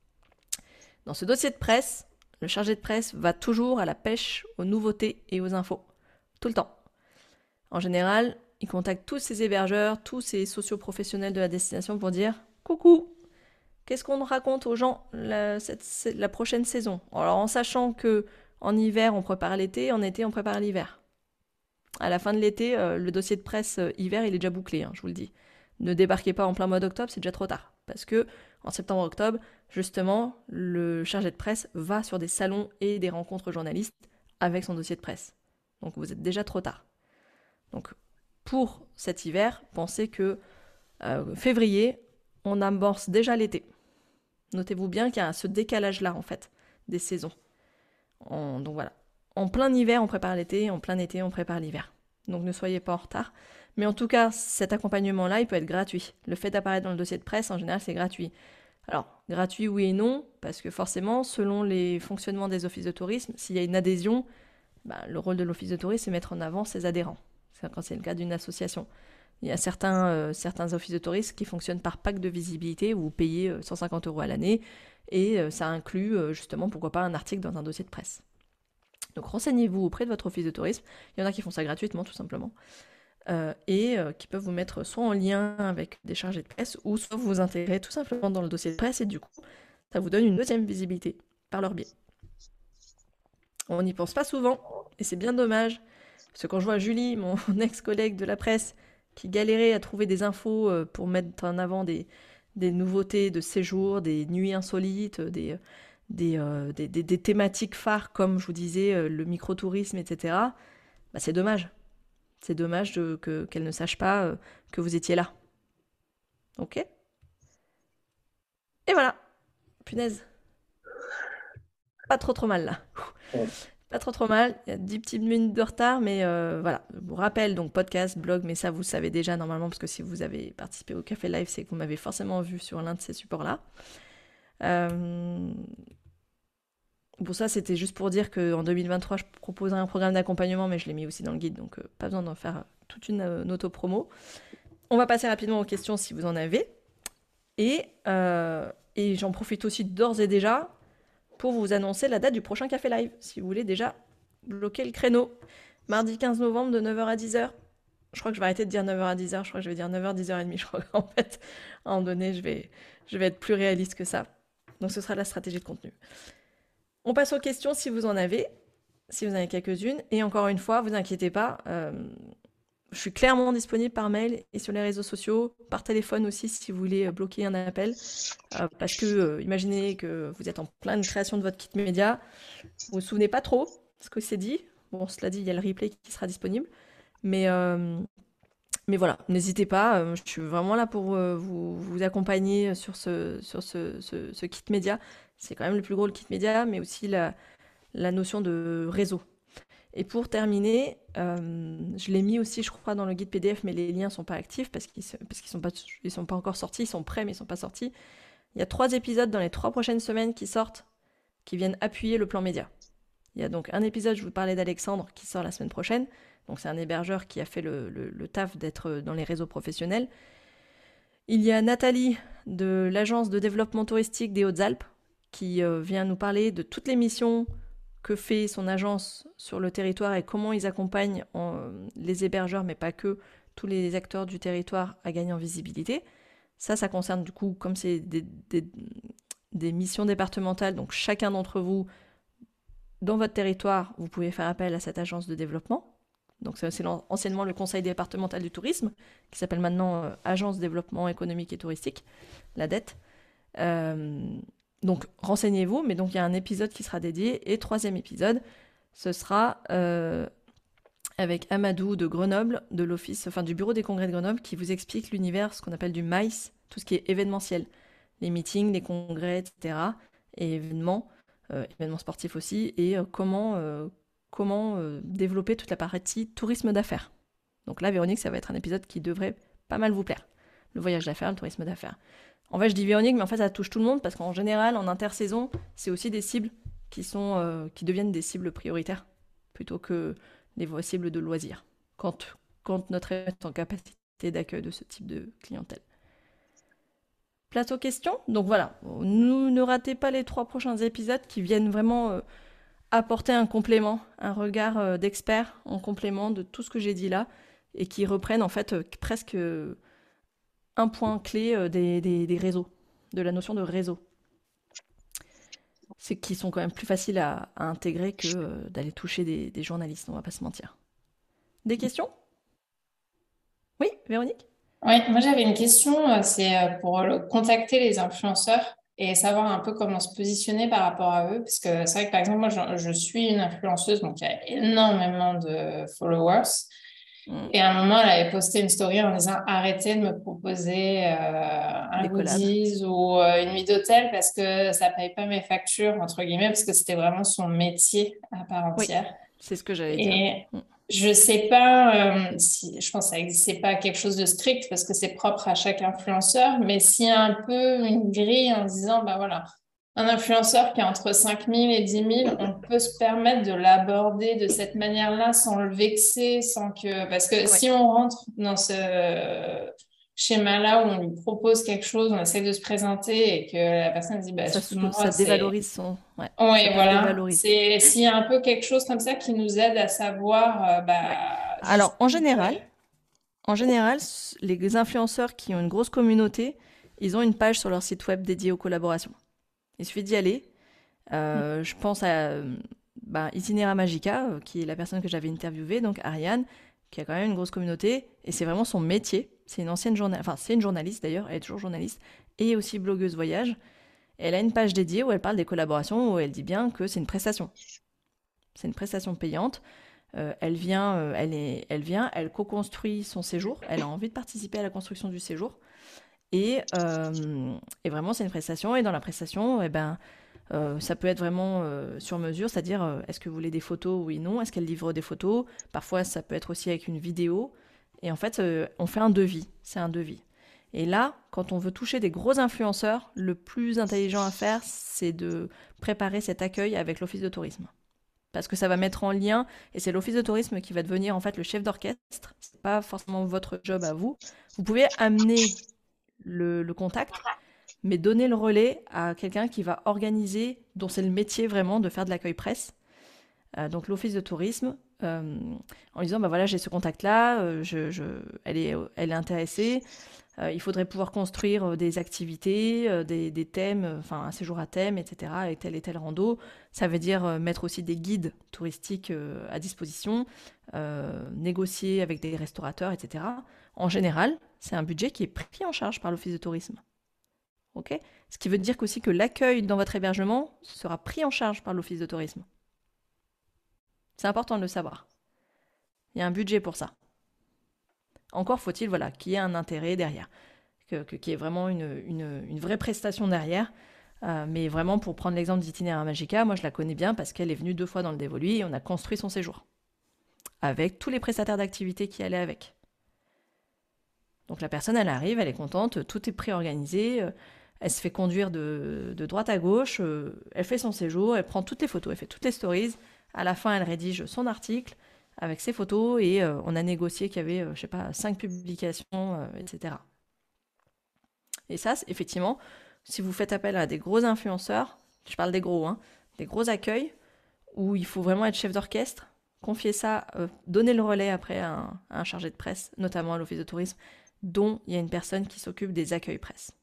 Dans ce dossier de presse, le chargé de presse va toujours à la pêche aux nouveautés et aux infos. Tout le temps. En général, il contacte tous ses hébergeurs, tous ses socioprofessionnels de la destination pour dire « Coucou, qu'est-ce qu'on raconte aux gens la, cette, la prochaine saison ?» Alors en sachant que en hiver, on prépare l'été, en été, on prépare l'hiver. À la fin de l'été, euh, le dossier de presse euh, hiver, il est déjà bouclé, hein, je vous le dis. Ne débarquez pas en plein mois d'octobre, c'est déjà trop tard. Parce que en septembre-octobre, justement, le chargé de presse va sur des salons et des rencontres journalistes avec son dossier de presse. Donc vous êtes déjà trop tard. Donc pour cet hiver, pensez que euh, février, on amorce déjà l'été. Notez-vous bien qu'il y a ce décalage-là, en fait, des saisons. En, donc voilà. En plein hiver, on prépare l'été, en plein été, on prépare l'hiver. Donc ne soyez pas en retard. Mais en tout cas, cet accompagnement-là, il peut être gratuit. Le fait d'apparaître dans le dossier de presse, en général, c'est gratuit. Alors, gratuit, oui et non, parce que forcément, selon les fonctionnements des offices de tourisme, s'il y a une adhésion, bah, le rôle de l'office de tourisme, c'est mettre en avant ses adhérents. C'est quand c'est le cas d'une association. Il y a certains, euh, certains offices de tourisme qui fonctionnent par pack de visibilité où vous payez euh, cent cinquante euros à l'année et euh, ça inclut euh, justement, pourquoi pas, un article dans un dossier de presse. Donc renseignez-vous auprès de votre office de tourisme. Il y en a qui font ça gratuitement, tout simplement. Euh, et euh, qui peuvent vous mettre soit en lien avec des chargés de presse ou soit vous intégrer tout simplement dans le dossier de presse et du coup, ça vous donne une deuxième visibilité par leur biais. On n'y pense pas souvent et c'est bien dommage parce que quand je vois Julie, mon ex-collègue de la presse, qui galérait à trouver des infos euh, pour mettre en avant des, des nouveautés de séjour, des nuits insolites, des, des, euh, des, des, des thématiques phares comme je vous disais, euh, le microtourisme, et cetera, bah, c'est dommage. C'est dommage de, que, qu'elle ne sache pas euh, que vous étiez là. Ok ? Et voilà. Punaise. Pas trop trop mal là. Ouais. Pas trop trop mal. Il y a dix petites minutes de retard, mais euh, voilà. Je vous rappelle, donc podcast, blog, mais ça vous le savez déjà normalement, parce que si vous avez participé au Café Live, c'est que vous m'avez forcément vu sur l'un de ces supports-là. Euh... Pour ça, c'était juste pour dire qu'en deux mille vingt-trois, je proposerai un programme d'accompagnement, mais je l'ai mis aussi dans le guide, donc euh, pas besoin d'en faire toute une, euh, une auto-promo. On va passer rapidement aux questions si vous en avez. Et, euh, et j'en profite aussi d'ores et déjà pour vous annoncer la date du prochain Café Live, si vous voulez déjà bloquer le créneau. Mardi quinze novembre de neuf heures à dix heures. Je crois que je vais arrêter de dire neuf heures à dix heures, je crois que je vais dire neuf heures, dix heures trente. Je crois qu'en fait, à un moment donné, je vais, je vais être plus réaliste que ça. Donc ce sera la stratégie de contenu. On passe aux questions si vous en avez, si vous en avez quelques-unes. Et encore une fois, vous inquiétez pas, euh, je suis clairement disponible par mail et sur les réseaux sociaux, par téléphone aussi si vous voulez bloquer un appel. Euh, parce que, euh, imaginez que vous êtes en pleine création de votre kit média, vous vous souvenez pas trop ce que c'est dit. Bon, cela dit, il y a le replay qui sera disponible. Mais, euh, mais voilà, n'hésitez pas, euh, je suis vraiment là pour euh, vous, vous accompagner sur, ce, sur ce, ce, ce kit média. C'est quand même le plus gros, le kit média, mais aussi la, la notion de réseau. Et pour terminer, euh, je l'ai mis aussi, je crois, dans le guide P D F, mais les liens ne sont pas actifs parce qu'ils ne parce qu'ils sont, pas, ils sont pas encore sortis, ils sont prêts, mais ils ne sont pas sortis. Il y a trois épisodes dans les trois prochaines semaines qui sortent, qui viennent appuyer le plan média. Il y a donc un épisode, je vous parlais d'Alexandre, qui sort la semaine prochaine. Donc c'est un hébergeur qui a fait le, le, le taf d'être dans les réseaux professionnels. Il y a Nathalie de l'agence de développement touristique des Hautes-Alpes qui euh, vient nous parler de toutes les missions que fait son agence sur le territoire et comment ils accompagnent en, euh, les hébergeurs, mais pas que, tous les acteurs du territoire à gagner en visibilité. Ça, ça concerne du coup, comme c'est des, des, des missions départementales, donc chacun d'entre vous, dans votre territoire, vous pouvez faire appel à cette agence de développement. Donc c'est, c'est anciennement le Conseil départemental du tourisme, qui s'appelle maintenant euh, Agence de développement économique et touristique, la D E T. Euh, donc renseignez-vous, mais donc il y a un épisode qui sera dédié, et troisième épisode, ce sera euh, avec Amadou de Grenoble, de l'office, enfin du bureau des congrès de Grenoble, qui vous explique l'univers, ce qu'on appelle du M A I C, tout ce qui est événementiel, les meetings, les congrès, et cetera, et événements, euh, événements sportifs aussi, et euh, comment... Euh, comment euh, développer toute la partie tourisme d'affaires. Donc là, Véronique, ça va être un épisode qui devrait pas mal vous plaire. Le voyage d'affaires, le tourisme d'affaires. En fait, je dis Véronique, mais en fait, ça touche tout le monde parce qu'en général, en intersaison, c'est aussi des cibles qui, sont, euh, qui deviennent des cibles prioritaires plutôt que les cibles de loisirs, quand, quand notre est en capacité d'accueil de ce type de clientèle. Place aux questions. Donc voilà, nous, ne ratez pas les trois prochains épisodes qui viennent vraiment... Euh, apporter un complément, un regard euh, d'expert en complément de tout ce que j'ai dit là, et qui reprennent en fait euh, presque euh, un point clé euh, des, des, des réseaux, de la notion de réseau. C'est qui sont quand même plus faciles à, à intégrer que euh, d'aller toucher des, des journalistes, on va pas se mentir. Des questions ? Oui, Véronique ? Oui, moi j'avais une question, c'est pour contacter les influenceurs et savoir un peu comment se positionner par rapport à eux. Parce que c'est vrai que par exemple, moi je, je suis une influenceuse, donc il y a énormément de followers. Mm. Et à un moment, elle avait posté une story en disant arrêtez de me proposer euh, un goodies ou euh, une nuit d'hôtel parce que ça ne paye pas mes factures, entre guillemets, parce que c'était vraiment son métier à part entière. Oui, c'est ce que j'allais et, dire. Mm. Je sais pas, euh, si, je pense que c'est pas quelque chose de strict parce que c'est propre à chaque influenceur, mais s'il y a un peu une grille en se disant, bah voilà, un influenceur qui est entre cinq mille et dix mille, on peut se permettre de l'aborder de cette manière-là sans le vexer, sans que, parce que Ouais. si on rentre dans ce schéma-là où on lui propose quelque chose, on essaie de se présenter et que la personne dit, bah, Ça, excuse-moi, sous- ça c'est dévalorise son... Ouais, oui, ça peut le voilà. dévaloriser. C'est s'il y a un peu quelque chose comme ça qui nous aide à savoir, euh, Ouais. bah, Alors, en jusqu'où général, aller. en général, s- les influenceurs qui ont une grosse communauté, ils ont une page sur leur site web dédiée aux collaborations. Il suffit d'y aller. Euh, je pense à euh, bah, Itinera Magica, euh, qui est la personne que j'avais interviewée, donc Ariane, qui a quand même une grosse communauté, et c'est vraiment son métier. C'est une ancienne journaliste, enfin c'est une journaliste d'ailleurs, elle est toujours journaliste, et aussi blogueuse voyage. Elle a une page dédiée où elle parle des collaborations, où elle dit bien que c'est une prestation. C'est une prestation payante. Euh, elle vient, euh, elle, est, elle vient, elle co-construit son séjour. Elle a envie de participer à la construction du séjour. Et, euh, et vraiment, c'est une prestation. Et dans la prestation, eh ben, euh, ça peut être vraiment euh, sur mesure, c'est-à-dire euh, est-ce que vous voulez des photos, oui, non, est-ce qu'elle livre des photos, parfois ça peut être aussi avec une vidéo, et en fait euh, on fait un devis, c'est un devis. Et là, quand on veut toucher des gros influenceurs, le plus intelligent à faire, c'est de préparer cet accueil avec l'office de tourisme. Parce que ça va mettre en lien, et c'est l'office de tourisme qui va devenir en fait le chef d'orchestre, c'est pas forcément votre job à vous. Vous pouvez amener le, le contact, mais donner le relais à quelqu'un qui va organiser, dont c'est le métier vraiment de faire de l'accueil presse. Euh, donc l'office de tourisme, euh, en disant bah voilà j'ai ce contact là, euh, je, je, elle est elle est intéressée. Euh, il faudrait pouvoir construire euh, des activités, euh, des, des thèmes, euh, enfin un séjour à thème, et cetera. Et tel et tel rando. Ça veut dire euh, mettre aussi des guides touristiques euh, à disposition, euh, négocier avec des restaurateurs, et cetera. En général, c'est un budget qui est pris en charge par l'office de tourisme. Ok, ce qui veut dire aussi que l'accueil dans votre hébergement sera pris en charge par l'office de tourisme. C'est important de le savoir. Il y a un budget pour ça. Encore faut-il voilà, qu'il y ait un intérêt derrière, que, que, qu'il y ait vraiment une, une, une vraie prestation derrière. Euh, mais vraiment, pour prendre l'exemple d'Itinéraire Magica, moi je la connais bien parce qu'elle est venue deux fois dans le Dévoluy et on a construit son séjour. Avec tous les prestataires d'activité qui allaient avec. Donc la personne, elle arrive, elle est contente, tout est préorganisé, euh, elle se fait conduire de, de droite à gauche, euh, elle fait son séjour, elle prend toutes les photos, elle fait toutes les stories. À la fin, elle rédige son article avec ses photos et euh, on a négocié qu'il y avait, euh, je sais pas, cinq publications, euh, et cetera. Et ça, effectivement, si vous faites appel à des gros influenceurs, je parle des gros, hein, des gros accueils, où il faut vraiment être chef d'orchestre, confier ça, euh, donner le relais après à un, à un chargé de presse, notamment à l'office de tourisme, dont il y a une personne qui s'occupe des accueils presse.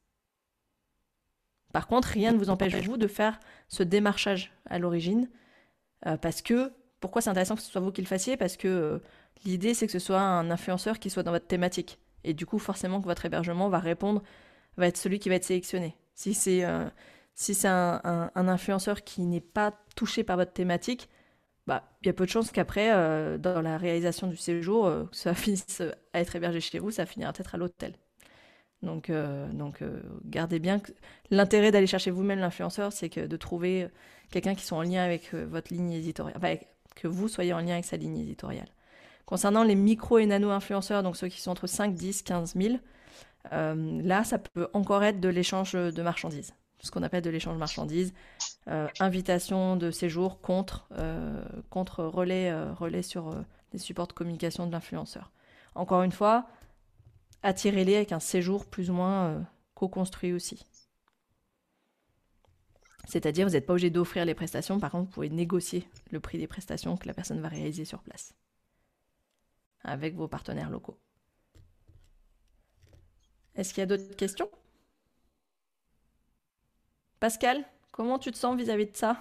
Par contre, rien ne vous empêche, vous, de faire ce démarchage à l'origine, euh, parce que, pourquoi c'est intéressant que ce soit vous qui le fassiez? Parce que euh, l'idée, c'est que ce soit un influenceur qui soit dans votre thématique. Et du coup, forcément, que votre hébergement va répondre, va être celui qui va être sélectionné. Si c'est euh, si c'est un, un, un influenceur qui n'est pas touché par votre thématique, bah, il y a peu de chances qu'après, euh, dans la réalisation du séjour, euh, que ça finisse à être hébergé chez vous, ça finira peut-être à l'hôtel. Donc, euh, donc euh, gardez bien que l'intérêt d'aller chercher vous-même l'influenceur, c'est que de trouver quelqu'un qui soit en lien avec euh, votre ligne éditoriale, enfin, que vous soyez en lien avec sa ligne éditoriale. Concernant les micro et nano-influenceurs, donc ceux qui sont entre cinq, dix, quinze mille, euh, là, ça peut encore être de l'échange de marchandises, ce qu'on appelle de l'échange de marchandises, euh, invitation de séjour contre, euh, contre relais, euh, relais sur euh, les supports de communication de l'influenceur. Encore une fois, attirez-les avec un séjour plus ou moins euh, co-construit aussi. C'est-à-dire, vous n'êtes pas obligé d'offrir les prestations, par contre, vous pouvez négocier le prix des prestations que la personne va réaliser sur place avec vos partenaires locaux. Est-ce qu'il y a d'autres questions? Pascal, comment tu te sens vis-à-vis de ça?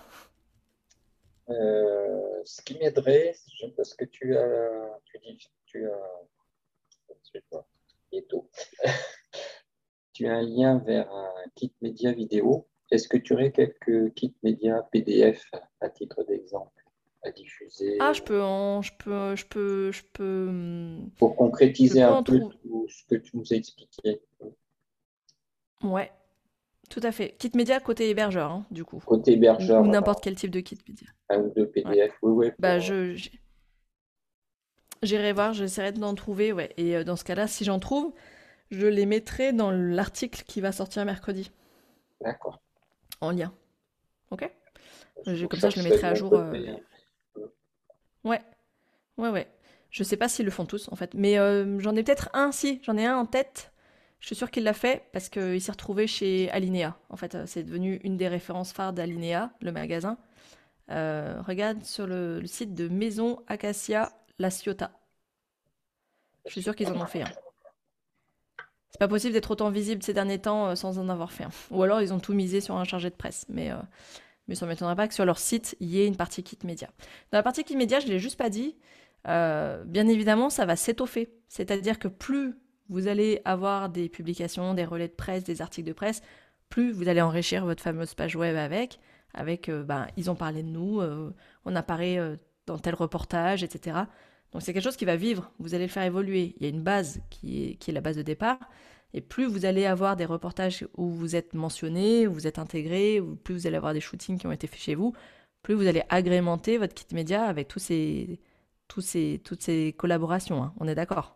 Euh, ce qui m'aiderait, je- parce que tu as, tu dis, tu as, je sais pas, il est tôt. Tu as un lien vers un kit média vidéo. Est-ce que tu aurais quelques kits médias P D F à titre d'exemple à diffuser Ah, je peux en, je peux, je peux, je peux, hum, pour je concrétiser peux un en peu trouver. tout ce que tu nous as expliqué? Ouais, tout à fait. Kit média côté hébergeur, hein, du coup, Côté ou, ou hébergeur, n'importe voilà, quel type de kit média. un ou deux Ouais. P D F, oui, oui, Bah pour, je, j'ai- J'irai voir, j'essaierai d'en trouver, ouais. Et euh, dans ce cas-là, si j'en trouve, je les mettrai dans l'article qui va sortir mercredi, D'accord. en lien. Ok? Je Je- vous Comme ça, je le chercherai mettrai de à mon jour. euh, côté, hein. Ouais, ouais, ouais. Je sais pas s'ils le font tous, en fait. Mais euh, j'en ai peut-être un, si. J'en ai un en tête. Je suis sûre qu'il l'a fait parce qu'il s'est retrouvé chez Alinea. En fait, euh, c'est devenu une des références phares d'Alinea, le magasin. Euh, regarde sur le, le site de Maison Acacia La Ciotat. Je suis sûre qu'ils en ont fait un. C'est pas possible d'être autant visible ces derniers temps euh, sans en avoir fait un. Ou alors ils ont tout misé sur un chargé de presse. Mais, euh, mais ça ne m'étonnerait pas que sur leur site, il y ait une partie kit média. Dans la partie kit média, je ne l'ai juste pas dit, euh, bien évidemment, ça va s'étoffer. C'est-à-dire que plus vous allez avoir des publications, des relais de presse, des articles de presse, plus vous allez enrichir votre fameuse page web avec. Avec, euh, ben, ils ont parlé de nous, euh, on apparaît euh, dans tel reportage, et cetera. Donc c'est quelque chose qui va vivre, vous allez le faire évoluer. Il y a une base qui est, qui est la base de départ. Et plus vous allez avoir des reportages où vous êtes mentionné, où vous êtes intégré, ou plus vous allez avoir des shootings qui ont été faits chez vous, plus vous allez agrémenter votre kit média avec tous ces, tous ces, toutes ces collaborations. Hein. On est d'accord?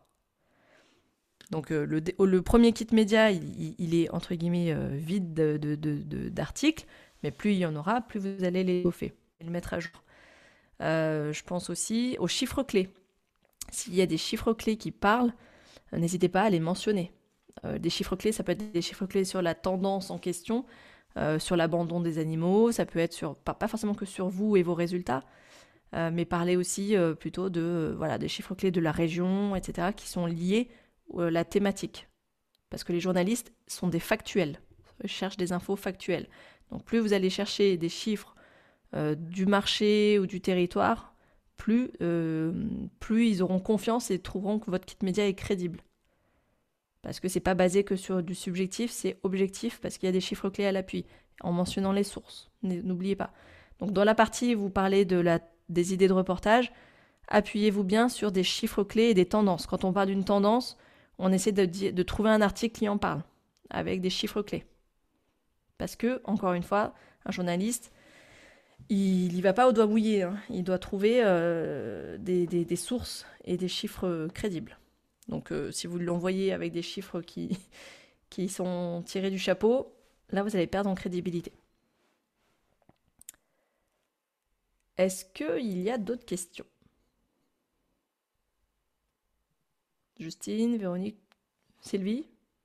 Donc euh, le, le premier kit média, il, il est entre guillemets euh, vide de, de, de, de, d'articles, mais plus il y en aura, plus vous allez les chauffer et le mettre à jour. Euh, je pense aussi aux chiffres clés. S'il y a des chiffres clés qui parlent, euh, n'hésitez pas à les mentionner. Euh, des chiffres clés, ça peut être des chiffres clés sur la tendance en question, euh, sur l'abandon des animaux, ça peut être sur, pas, pas forcément que sur vous et vos résultats, euh, mais parler aussi euh, plutôt de, euh, voilà, des chiffres clés de la région, et cetera, qui sont liés à la thématique. Parce que les journalistes sont des factuels, ils cherchent des infos factuelles. Donc plus vous allez chercher des chiffres euh, du marché ou du territoire, plus, euh, plus ils auront confiance et trouveront que votre kit média est crédible. Parce que c'est pas basé que sur du subjectif, c'est objectif parce qu'il y a des chiffres clés à l'appui, en mentionnant les sources. N'oubliez pas. Donc dans la partie où vous parlez de la, des idées de reportage, appuyez-vous bien sur des chiffres clés et des tendances. Quand on parle d'une tendance, on essaie de, de trouver un article qui en parle, avec des chiffres clés. Parce que, encore une fois, un journaliste, il n'y va pas au doigt mouillé. Hein. Il doit trouver euh, des, des, des sources et des chiffres crédibles. Donc euh, si vous l'envoyez avec des chiffres qui, qui sont tirés du chapeau, là vous allez perdre en crédibilité. Est-ce qu'il y a d'autres questions? Justine, Véronique, Sylvie?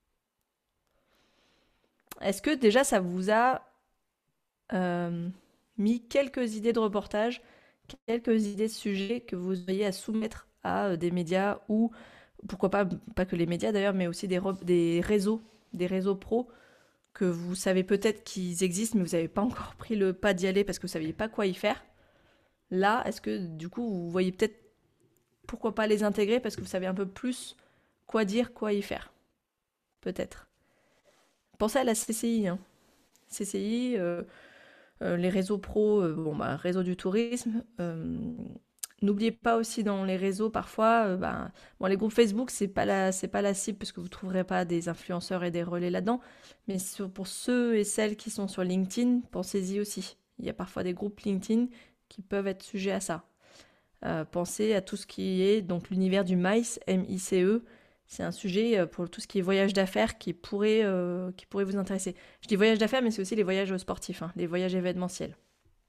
Est-ce que déjà ça vous a euh, mis quelques idées de reportage, quelques idées de sujets que vous auriez à soumettre à euh, des médias ou pourquoi pas, pas que les médias d'ailleurs, mais aussi des, des réseaux, des réseaux pros que vous savez peut-être qu'ils existent, mais vous n'avez pas encore pris le pas d'y aller parce que vous ne saviez pas quoi y faire. Là, est-ce que du coup, vous voyez peut-être pourquoi pas les intégrer parce que vous savez un peu plus quoi dire, quoi y faire? Peut-être. Pensez à la C C I. Hein. C C I, euh, euh, les réseaux pros, euh, bon, bah, réseau du tourisme. Euh, N'oubliez pas aussi dans les réseaux, parfois, euh, bah, bon, les groupes Facebook, c'est pas la, c'est pas la cible parce que vous trouverez pas des influenceurs et des relais là-dedans. Mais sur, pour ceux et celles qui sont sur LinkedIn, pensez-y aussi. Il y a parfois des groupes LinkedIn qui peuvent être sujets à ça. Euh, pensez à tout ce qui est donc l'univers du MICE, M I C E. C'est un sujet pour tout ce qui est voyage d'affaires qui pourrait, euh, qui pourrait vous intéresser. Je dis voyage d'affaires, mais c'est aussi les voyages sportifs, hein, les voyages événementiels.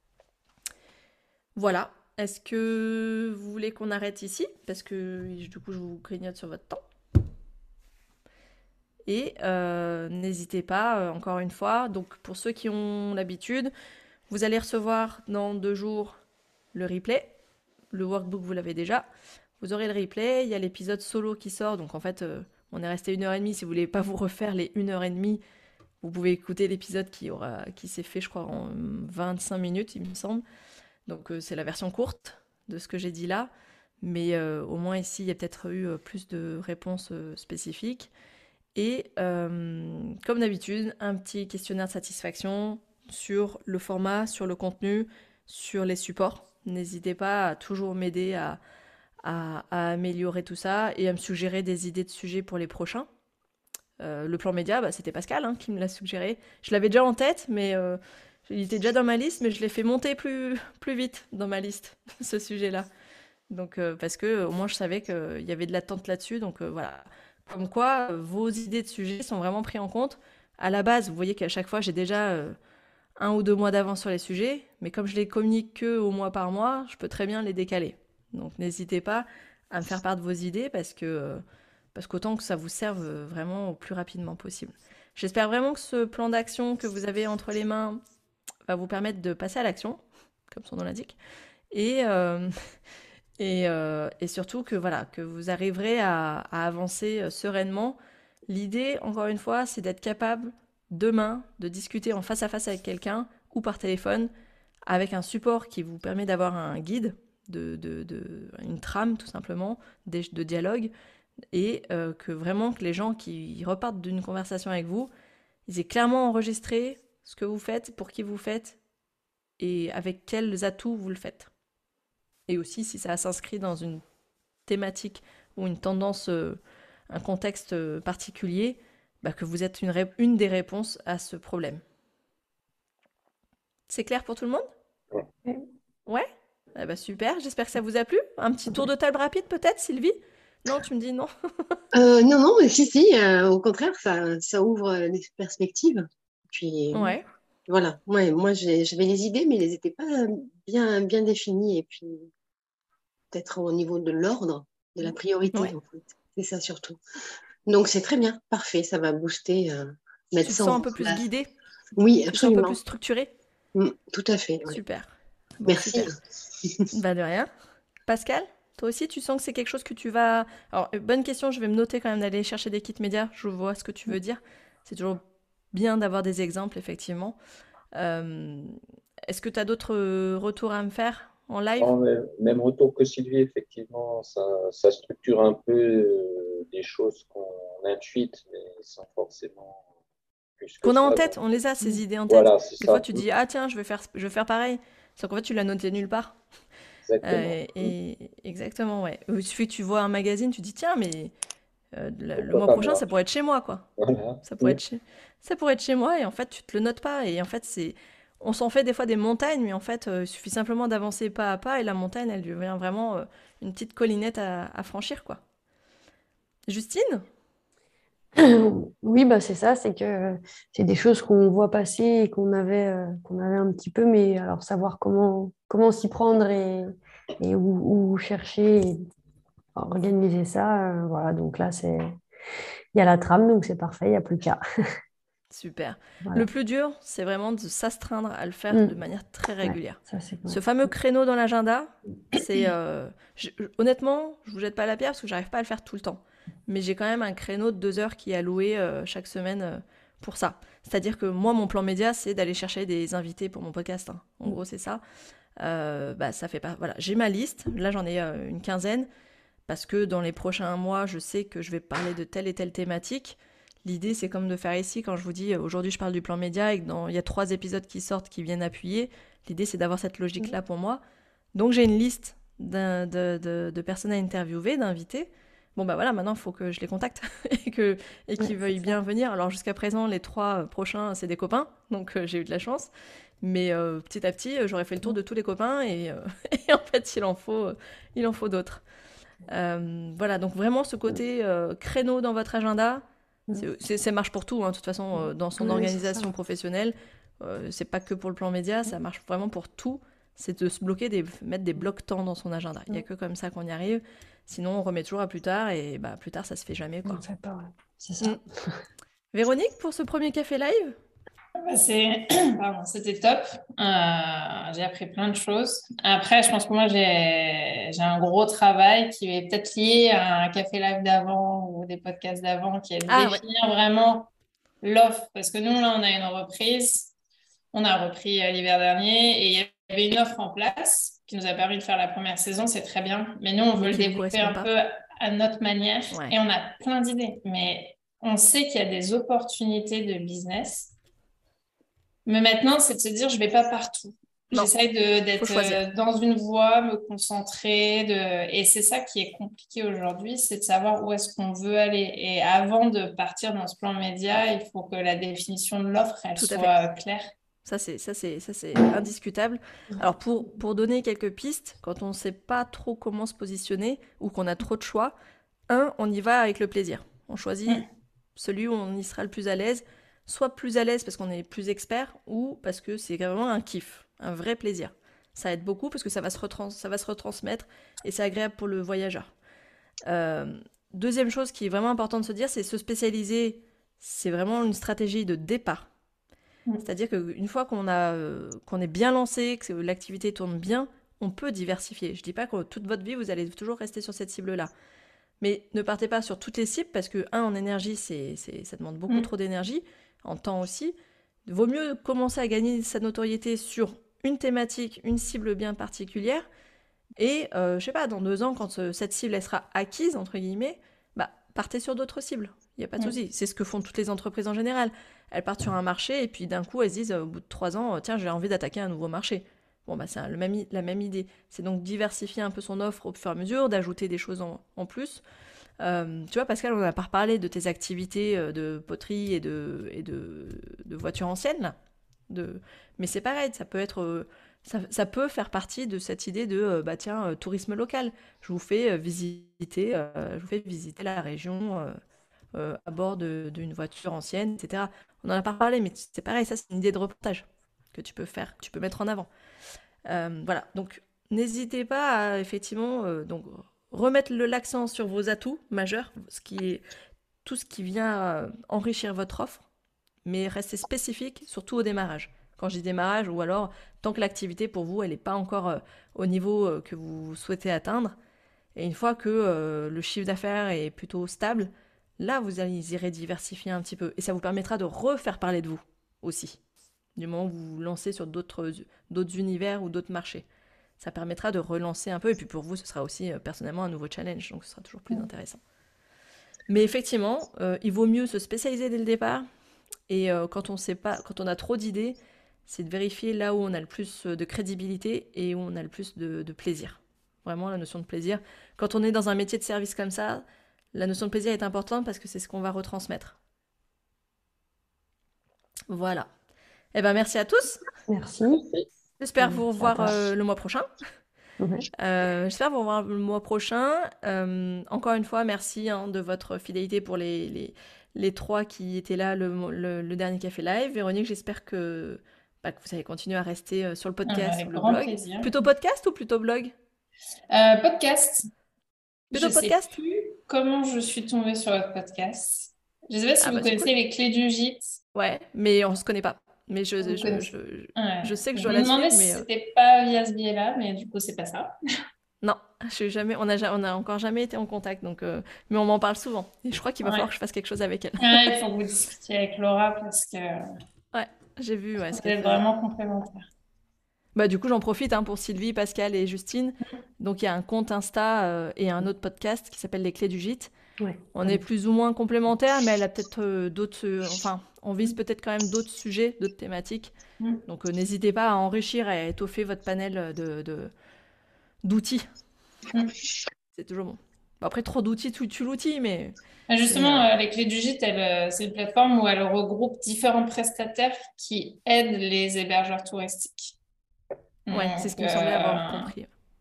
Voilà. Est-ce que vous voulez qu'on arrête ici? Parce que du coup, je vous grignote sur votre temps. Et euh, n'hésitez pas, euh, encore une fois, donc pour ceux qui ont l'habitude, vous allez recevoir dans deux jours le replay. Le workbook, vous l'avez déjà. Vous aurez le replay, il y a l'épisode solo qui sort. Donc en fait, euh, on est resté une heure et demie. Si vous voulez pas vous refaire les une heure et demie, vous pouvez écouter l'épisode qui, aura, qui s'est fait, je crois, en vingt-cinq minutes, il me semble. Donc euh, c'est la version courte de ce que j'ai dit là, mais euh, au moins ici il y a peut-être eu euh, plus de réponses euh, spécifiques. Et euh, comme d'habitude, un petit questionnaire de satisfaction sur le format, sur le contenu, sur les supports. N'hésitez pas à toujours m'aider à, à, à améliorer tout ça et à me suggérer des idées de sujets pour les prochains. Euh, le plan média, bah, c'était Pascal hein, qui me l'a suggéré. Je l'avais déjà en tête, mais... Euh, il était déjà dans ma liste, mais je l'ai fait monter plus, plus vite dans ma liste, ce sujet-là. Donc, euh, parce que au moins je savais qu'il y avait de l'attente là-dessus. Donc euh, voilà. Comme quoi, euh, vos idées de sujets sont vraiment prises en compte. À la base, vous voyez qu'à chaque fois, j'ai déjà euh, un ou deux mois d'avance sur les sujets. Mais comme je les communique que au mois par mois, je peux très bien les décaler. Donc n'hésitez pas à me faire part de vos idées parce que euh, parce qu'autant que ça vous serve euh, vraiment au plus rapidement possible. J'espère vraiment que ce plan d'action que vous avez entre les mains va vous permettre de passer à l'action, comme son nom l'indique. Et, euh, et, euh, et surtout que, voilà, que vous arriverez à, à avancer euh, sereinement. L'idée, encore une fois, c'est d'être capable demain de discuter en face à face avec quelqu'un ou par téléphone avec un support qui vous permet d'avoir un guide, de, de, de- une trame tout simplement, de, de dialogue, et euh, que vraiment que les gens qui repartent d'une conversation avec vous, ils aient clairement enregistré ce que vous faites, pour qui vous faites et avec quels atouts vous le faites. Et aussi si ça s'inscrit dans une thématique ou une tendance, euh, un contexte euh, particulier, bah, que vous êtes une, ré- une des réponses à ce problème. C'est clair pour tout le monde? Ouais. Ouais. Ah bah super, j'espère que ça vous a plu. Un petit tour de table rapide peut-être, Sylvie? Non, tu me dis non. Euh, non, non, mais si, si, euh, au contraire, ça, ça ouvre euh, des perspectives. Puis Ouais. voilà, ouais, moi j'ai- j'avais les idées, mais elles n'étaient pas bien, bien définies. Et puis peut-être au niveau de l'ordre, de la priorité, Ouais. en fait. C'est ça surtout. Donc c'est très bien, parfait, ça va booster, euh, mettre Tu te ça sens en un peu plus place. guidée? Oui, Tu te sens un peu plus absolument. structurée? Mm, tout à fait, ouais. Super. Bon, Merci. super. Bah de rien. Pascal, toi aussi, tu sens que c'est quelque chose que tu vas... Alors, euh, bonne question, je vais me noter quand même d'aller chercher des kits médias. Je vois ce que tu veux dire. C'est toujours bien d'avoir des exemples, effectivement. Euh, Est-ce que tu as d'autres euh, retours à me faire en live? En même même retour que Sylvie, effectivement, ça, ça structure un peu euh, des choses qu'on intuite, mais sans forcément plus que Qu'on a en ça. tête, Donc, on les a, ces idées en tête. voilà, c'est Des fois, ça. tu Mm, dis, ah tiens, je vais faire, je vais faire pareil. Sauf qu'en fait, tu l'as noté nulle part. exactement. Euh, Mm, et exactement, ouais. Il suffit que tu vois un magazine, tu dis, tiens, mais euh, le, le pourquoi mois pas prochain, moi? ça pourrait être chez moi, quoi. Voilà. Ça pourrait Mm, être chez, ça pourrait être chez moi, et en fait, tu te le notes pas. Et en fait, c'est, on s'en fait des fois des montagnes, mais en fait, euh, il suffit simplement d'avancer pas à pas, et la montagne, elle devient vraiment euh, une petite collinette à, à franchir, quoi. Justine? Oui, bah c'est ça, c'est que c'est des choses qu'on voit passer et qu'on avait, euh, qu'on avait un petit peu, mais alors savoir comment, comment s'y prendre et, et où, où chercher et organiser ça, euh, voilà, donc là, c'est, il y a la trame, donc c'est parfait, il n'y a plus qu'à. Super. Le Voilà. plus dur, c'est vraiment de s'astreindre à le faire de Mm. manière très Ouais, régulière. ça c'est Ce ouais. fameux créneau dans l'agenda, c'est... euh, je- je- honnêtement, je vous jette pas la pierre parce que j'arrive pas à le faire tout le temps. Mais j'ai quand même un créneau de deux heures qui est alloué euh, chaque semaine euh, pour ça. C'est-à-dire que moi, mon plan média, c'est d'aller chercher des invités pour mon podcast, hein. En Mm. gros, c'est ça. Euh, bah, ça fait pas... Voilà, j'ai ma liste. Là, j'en ai euh, une quinzaine parce que dans les prochains mois, je sais que je vais parler de telle et telle thématique. L'idée, c'est comme de faire ici, quand je vous dis, euh, aujourd'hui, je parle du plan média et qu'il y a trois épisodes qui sortent qui viennent appuyer. L'idée, c'est d'avoir cette logique-là pour moi. Donc, j'ai une liste d'un- de, de- de personnes à interviewer, d'invités. Bon, bah voilà, maintenant, il faut que je les contacte et que- et Ouais, qu'ils veuillent c'est bien ça. venir. Alors, jusqu'à présent, les trois euh, prochains, c'est des copains, donc euh, j'ai eu de la chance. Mais euh, petit à petit, euh, j'aurais fait le tour de tous les copains et, euh, et en fait, il en faut, euh, il en faut d'autres. Euh, voilà, donc vraiment ce côté euh, créneau dans votre agenda, Mm. c'est, c'est- ça marche pour tout, hein, de toute façon, euh, dans son Ouais, c'est ça. organisation professionnelle, euh, c'est pas que pour le plan média, ça marche vraiment pour tout, c'est de se bloquer, des, mettre des blocs-temps dans son agenda. Il n'y a que comme ça qu'on y arrive, sinon on remet toujours à plus tard, et bah, plus tard ça se fait jamais, On quoi. ne fait pas, ouais. C'est ça. Mm. Véronique, pour ce premier café live? Bah, c'est... Pardon, c'était top. Euh, j'ai appris plein de choses. Après, je pense que moi, j'ai, j'ai un gros travail qui est peut-être lié à un café live d'avant ou des podcasts d'avant, qui est de Ah ouais, définir vraiment l'offre. Parce que nous, là, on a une reprise. On a repris euh, l'hiver dernier et il y avait une offre en place qui nous a permis de faire la première saison. C'est très bien. Mais nous, on mais veut le qui vous développer correspond un pas. peu à notre manière Ouais. et on a plein d'idées. Mais on sait qu'il y a des opportunités de business. Mais maintenant, c'est de se dire, je vais pas partout. Non, J'essaye de, faut d'être choisir. euh, dans une voie, me concentrer. De... Et c'est ça qui est compliqué aujourd'hui, c'est de savoir où est-ce qu'on veut aller. Et avant de partir dans ce plan média, il faut que la définition de l'offre, elle Tout à fait. soit claire. Ça, c'est, ça, c'est, ça, c'est indiscutable. Alors, pour, pour donner quelques pistes, quand on ne sait pas trop comment se positionner ou qu'on a trop de choix, un, on y va avec le plaisir. On choisit Mm. celui où on y sera le plus à l'aise, soit plus à l'aise parce qu'on est plus expert ou parce que c'est vraiment un kiff, un vrai plaisir. Ça aide beaucoup parce que ça va se, retrans- ça va se retransmettre et c'est agréable pour le voyageur. Euh, deuxième chose qui est vraiment importante de se dire, c'est se spécialiser. C'est vraiment une stratégie de départ. Mm. C'est-à-dire qu'une fois qu'on a, euh, qu'on est bien lancé, que l'activité tourne bien, on peut diversifier. Je ne dis pas que toute votre vie, vous allez toujours rester sur cette cible-là. Mais ne partez pas sur toutes les cibles parce que, un, en énergie, c'est, c'est, ça demande beaucoup Mm. trop d'énergie, en temps aussi. Vaut mieux commencer à gagner sa notoriété sur une thématique, une cible bien particulière. Et, euh, je sais pas, dans deux ans, quand euh, cette cible elle sera acquise, entre guillemets, bah, partez sur d'autres cibles. Il n'y a pas de Mm. souci. C'est ce que font toutes les entreprises en général. Elles partent sur un marché et puis d'un coup, elles se disent, euh, au bout de trois ans, euh, tiens, j'ai envie d'attaquer un nouveau marché. Bon, bah, c'est un- le même i- la même idée. C'est donc diversifier un peu son offre au fur et à mesure, d'ajouter des choses en, en plus. Euh, tu vois, Pascal, on n'a pas reparlé de tes activités euh, de poterie et de, et de, de voitures anciennes, là. De... Mais c'est pareil, ça peut être, euh, ça, ça peut faire partie de cette idée de, euh, bah tiens, euh, tourisme local. Je vous fais euh, visiter, euh, je vous fais visiter la région euh, euh, à bord de- d'une voiture ancienne, et cetera. On n'en a pas parlé, mais c'est pareil, ça c'est une idée de reportage que tu peux faire, que tu peux mettre en avant. Euh, voilà, donc n'hésitez pas à effectivement euh, donc, remettre le- l'accent sur vos atouts majeurs, ce qui est tout ce qui vient euh, enrichir votre offre, mais restez spécifique, surtout au démarrage. Quand je dis démarrage, ou alors tant que l'activité pour vous, elle n'est pas encore euh, au niveau euh, que vous souhaitez atteindre, et une fois que euh, le chiffre d'affaires est plutôt stable, là vous allez- irez diversifier un petit peu, et ça vous permettra de refaire parler de vous aussi, du moment où vous vous lancez sur d'autres d'autres univers ou d'autres marchés. Ça permettra de relancer un peu, et puis pour vous, ce sera aussi euh, personnellement un nouveau challenge, donc ce sera toujours plus Mm. intéressant. Mais effectivement, euh, il vaut mieux se spécialiser dès le départ, et euh, quand on sait pas, quand on a trop d'idées, c'est de vérifier là où on a le plus de crédibilité et où on a le plus de, de plaisir. Vraiment, la notion de plaisir. Quand on est dans un métier de service comme ça, la notion de plaisir est importante parce que c'est ce qu'on va retransmettre. Voilà. Eh ben, merci à tous. Merci. Merci. J'espère Mm, vous ça revoir passe. euh, le mois prochain. Ouais. Euh, j'espère vous revoir le mois prochain. Euh, encore une fois, merci hein, de votre fidélité pour les, les, les trois qui étaient là le, le, le dernier Café Live. Véronique, j'espère que, bah, que vous allez continuer à rester euh, sur le Ah, podcast avec ou le grand blog. plaisir. Plutôt podcast ou plutôt blog? Euh, podcast. Je Plutôt ne sais podcast? plus comment je suis tombée sur votre podcast. Je ne sais pas si Ah vous bah c'est connaissez cool. les clés du gîte. Ouais, mais on se connaît pas. Mais je, Vous je, connaissez? je, Ouais. je sais que je Je dois me la demandais suivre, si mais euh, c'était pas via ce biais-là, mais du coup, c'est pas ça. non, je suis jamais, on a, ja- on a encore jamais été en contact, donc, euh, mais on m'en parle souvent. Et je crois qu'il va falloir Ouais. que je fasse quelque chose avec elle. Ouais, il faut que vous discutiez avec Laura parce que Ouais, j'ai vu ouais, ce vous qu'elle êtes faisait. vraiment complémentaires. Bah, du coup, j'en profite hein, pour Sylvie, Pascal et Justine. Donc, il y a un compte Insta euh, et un autre podcast qui s'appelle Les Clés du Gîte. Ouais. On est plus ou moins complémentaires, mais elle a peut-être euh, d'autres. euh, enfin, on vise peut-être quand même d'autres sujets, d'autres thématiques. Mm. Donc, euh, n'hésitez pas à enrichir et à étoffer votre panel de, de- d'outils. Mm. C'est toujours bon. Bon, après, trop d'outils, tu, tu l'outil, mais. Ah, mais, justement, euh, euh, les clés du gîte, elle, euh, c'est une plateforme où elle regroupe différents prestataires qui aident les hébergeurs touristiques. ouais, c'est ce Donc, qui me semblait avoir euh, compris.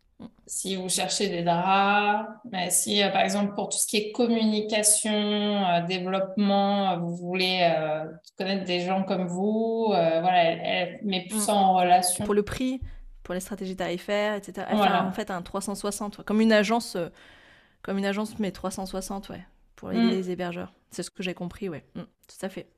si vous cherchez des draps, mais si, euh, par exemple, pour tout ce qui est communication, euh, développement, euh, vous voulez euh, connaître des gens comme vous, euh, voilà, elle, elle met tout Mm. ça en relation. Pour le prix, pour les stratégies tarifaires, et cetera. Elle fait Voilà. en fait un trois cent soixante, ouais, comme une agence. euh, Comme une agence, mais trois cent soixante, ouais, pour aider Mm. les hébergeurs. C'est ce que j'ai compris, ouais. Mm, tout à fait.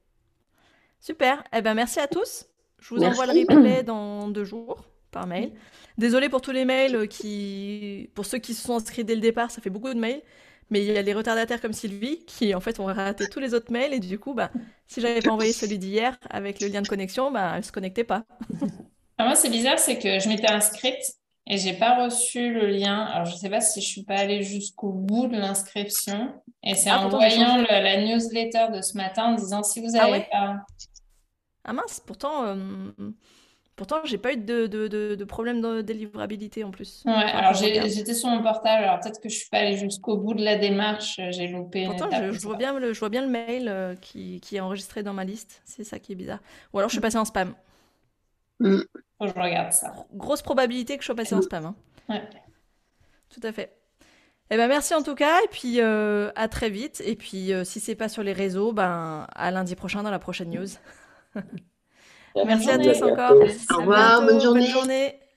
Super. Eh ben, merci à tous. Je vous envoie le Merci. replay dans deux jours par mail. Désolée pour tous les mails euh, qui, pour ceux qui se sont inscrits dès le départ, ça fait beaucoup de mails. Mais il y a les retardataires comme Sylvie qui, en fait, ont raté tous les autres mails. Et du coup, bah, si j'avais pas envoyé celui d'hier avec le lien de connexion, bah, elle se connectait pas. Ah, moi, c'est bizarre, c'est que je m'étais inscrite et j'ai pas reçu le lien. Alors, je sais pas si je suis pas allée jusqu'au bout de l'inscription. Et c'est Ah, en pourtant, j'ai voyant changé. le- la newsletter de ce matin en disant si vous Ah n'avez ouais? pas. Ah mince, pourtant, euh, pourtant j'ai pas eu de, de, de, de problème de délivrabilité en plus. Ouais, Faudra alors que je j'ai- regarde. j'étais sur mon portable, alors peut-être que je suis pas allée jusqu'au bout de la démarche, j'ai loupé une Pourtant, étape, je, je je sais vois pas. bien le, je vois bien le mail euh, qui, qui est enregistré dans ma liste. C'est ça qui est bizarre. Ou alors je suis passée en spam. Mm. Faut que je regarde ça. Grosse probabilité que je sois passée en spam. Hein. Ouais. Tout à fait. Eh ben, merci en tout cas, et puis euh, à très vite. Et puis euh, si c'est pas sur les réseaux, ben, à lundi prochain dans la prochaine news. Merci à journée. tous encore. Au revoir, À bientôt. bonne journée. Bonne journée.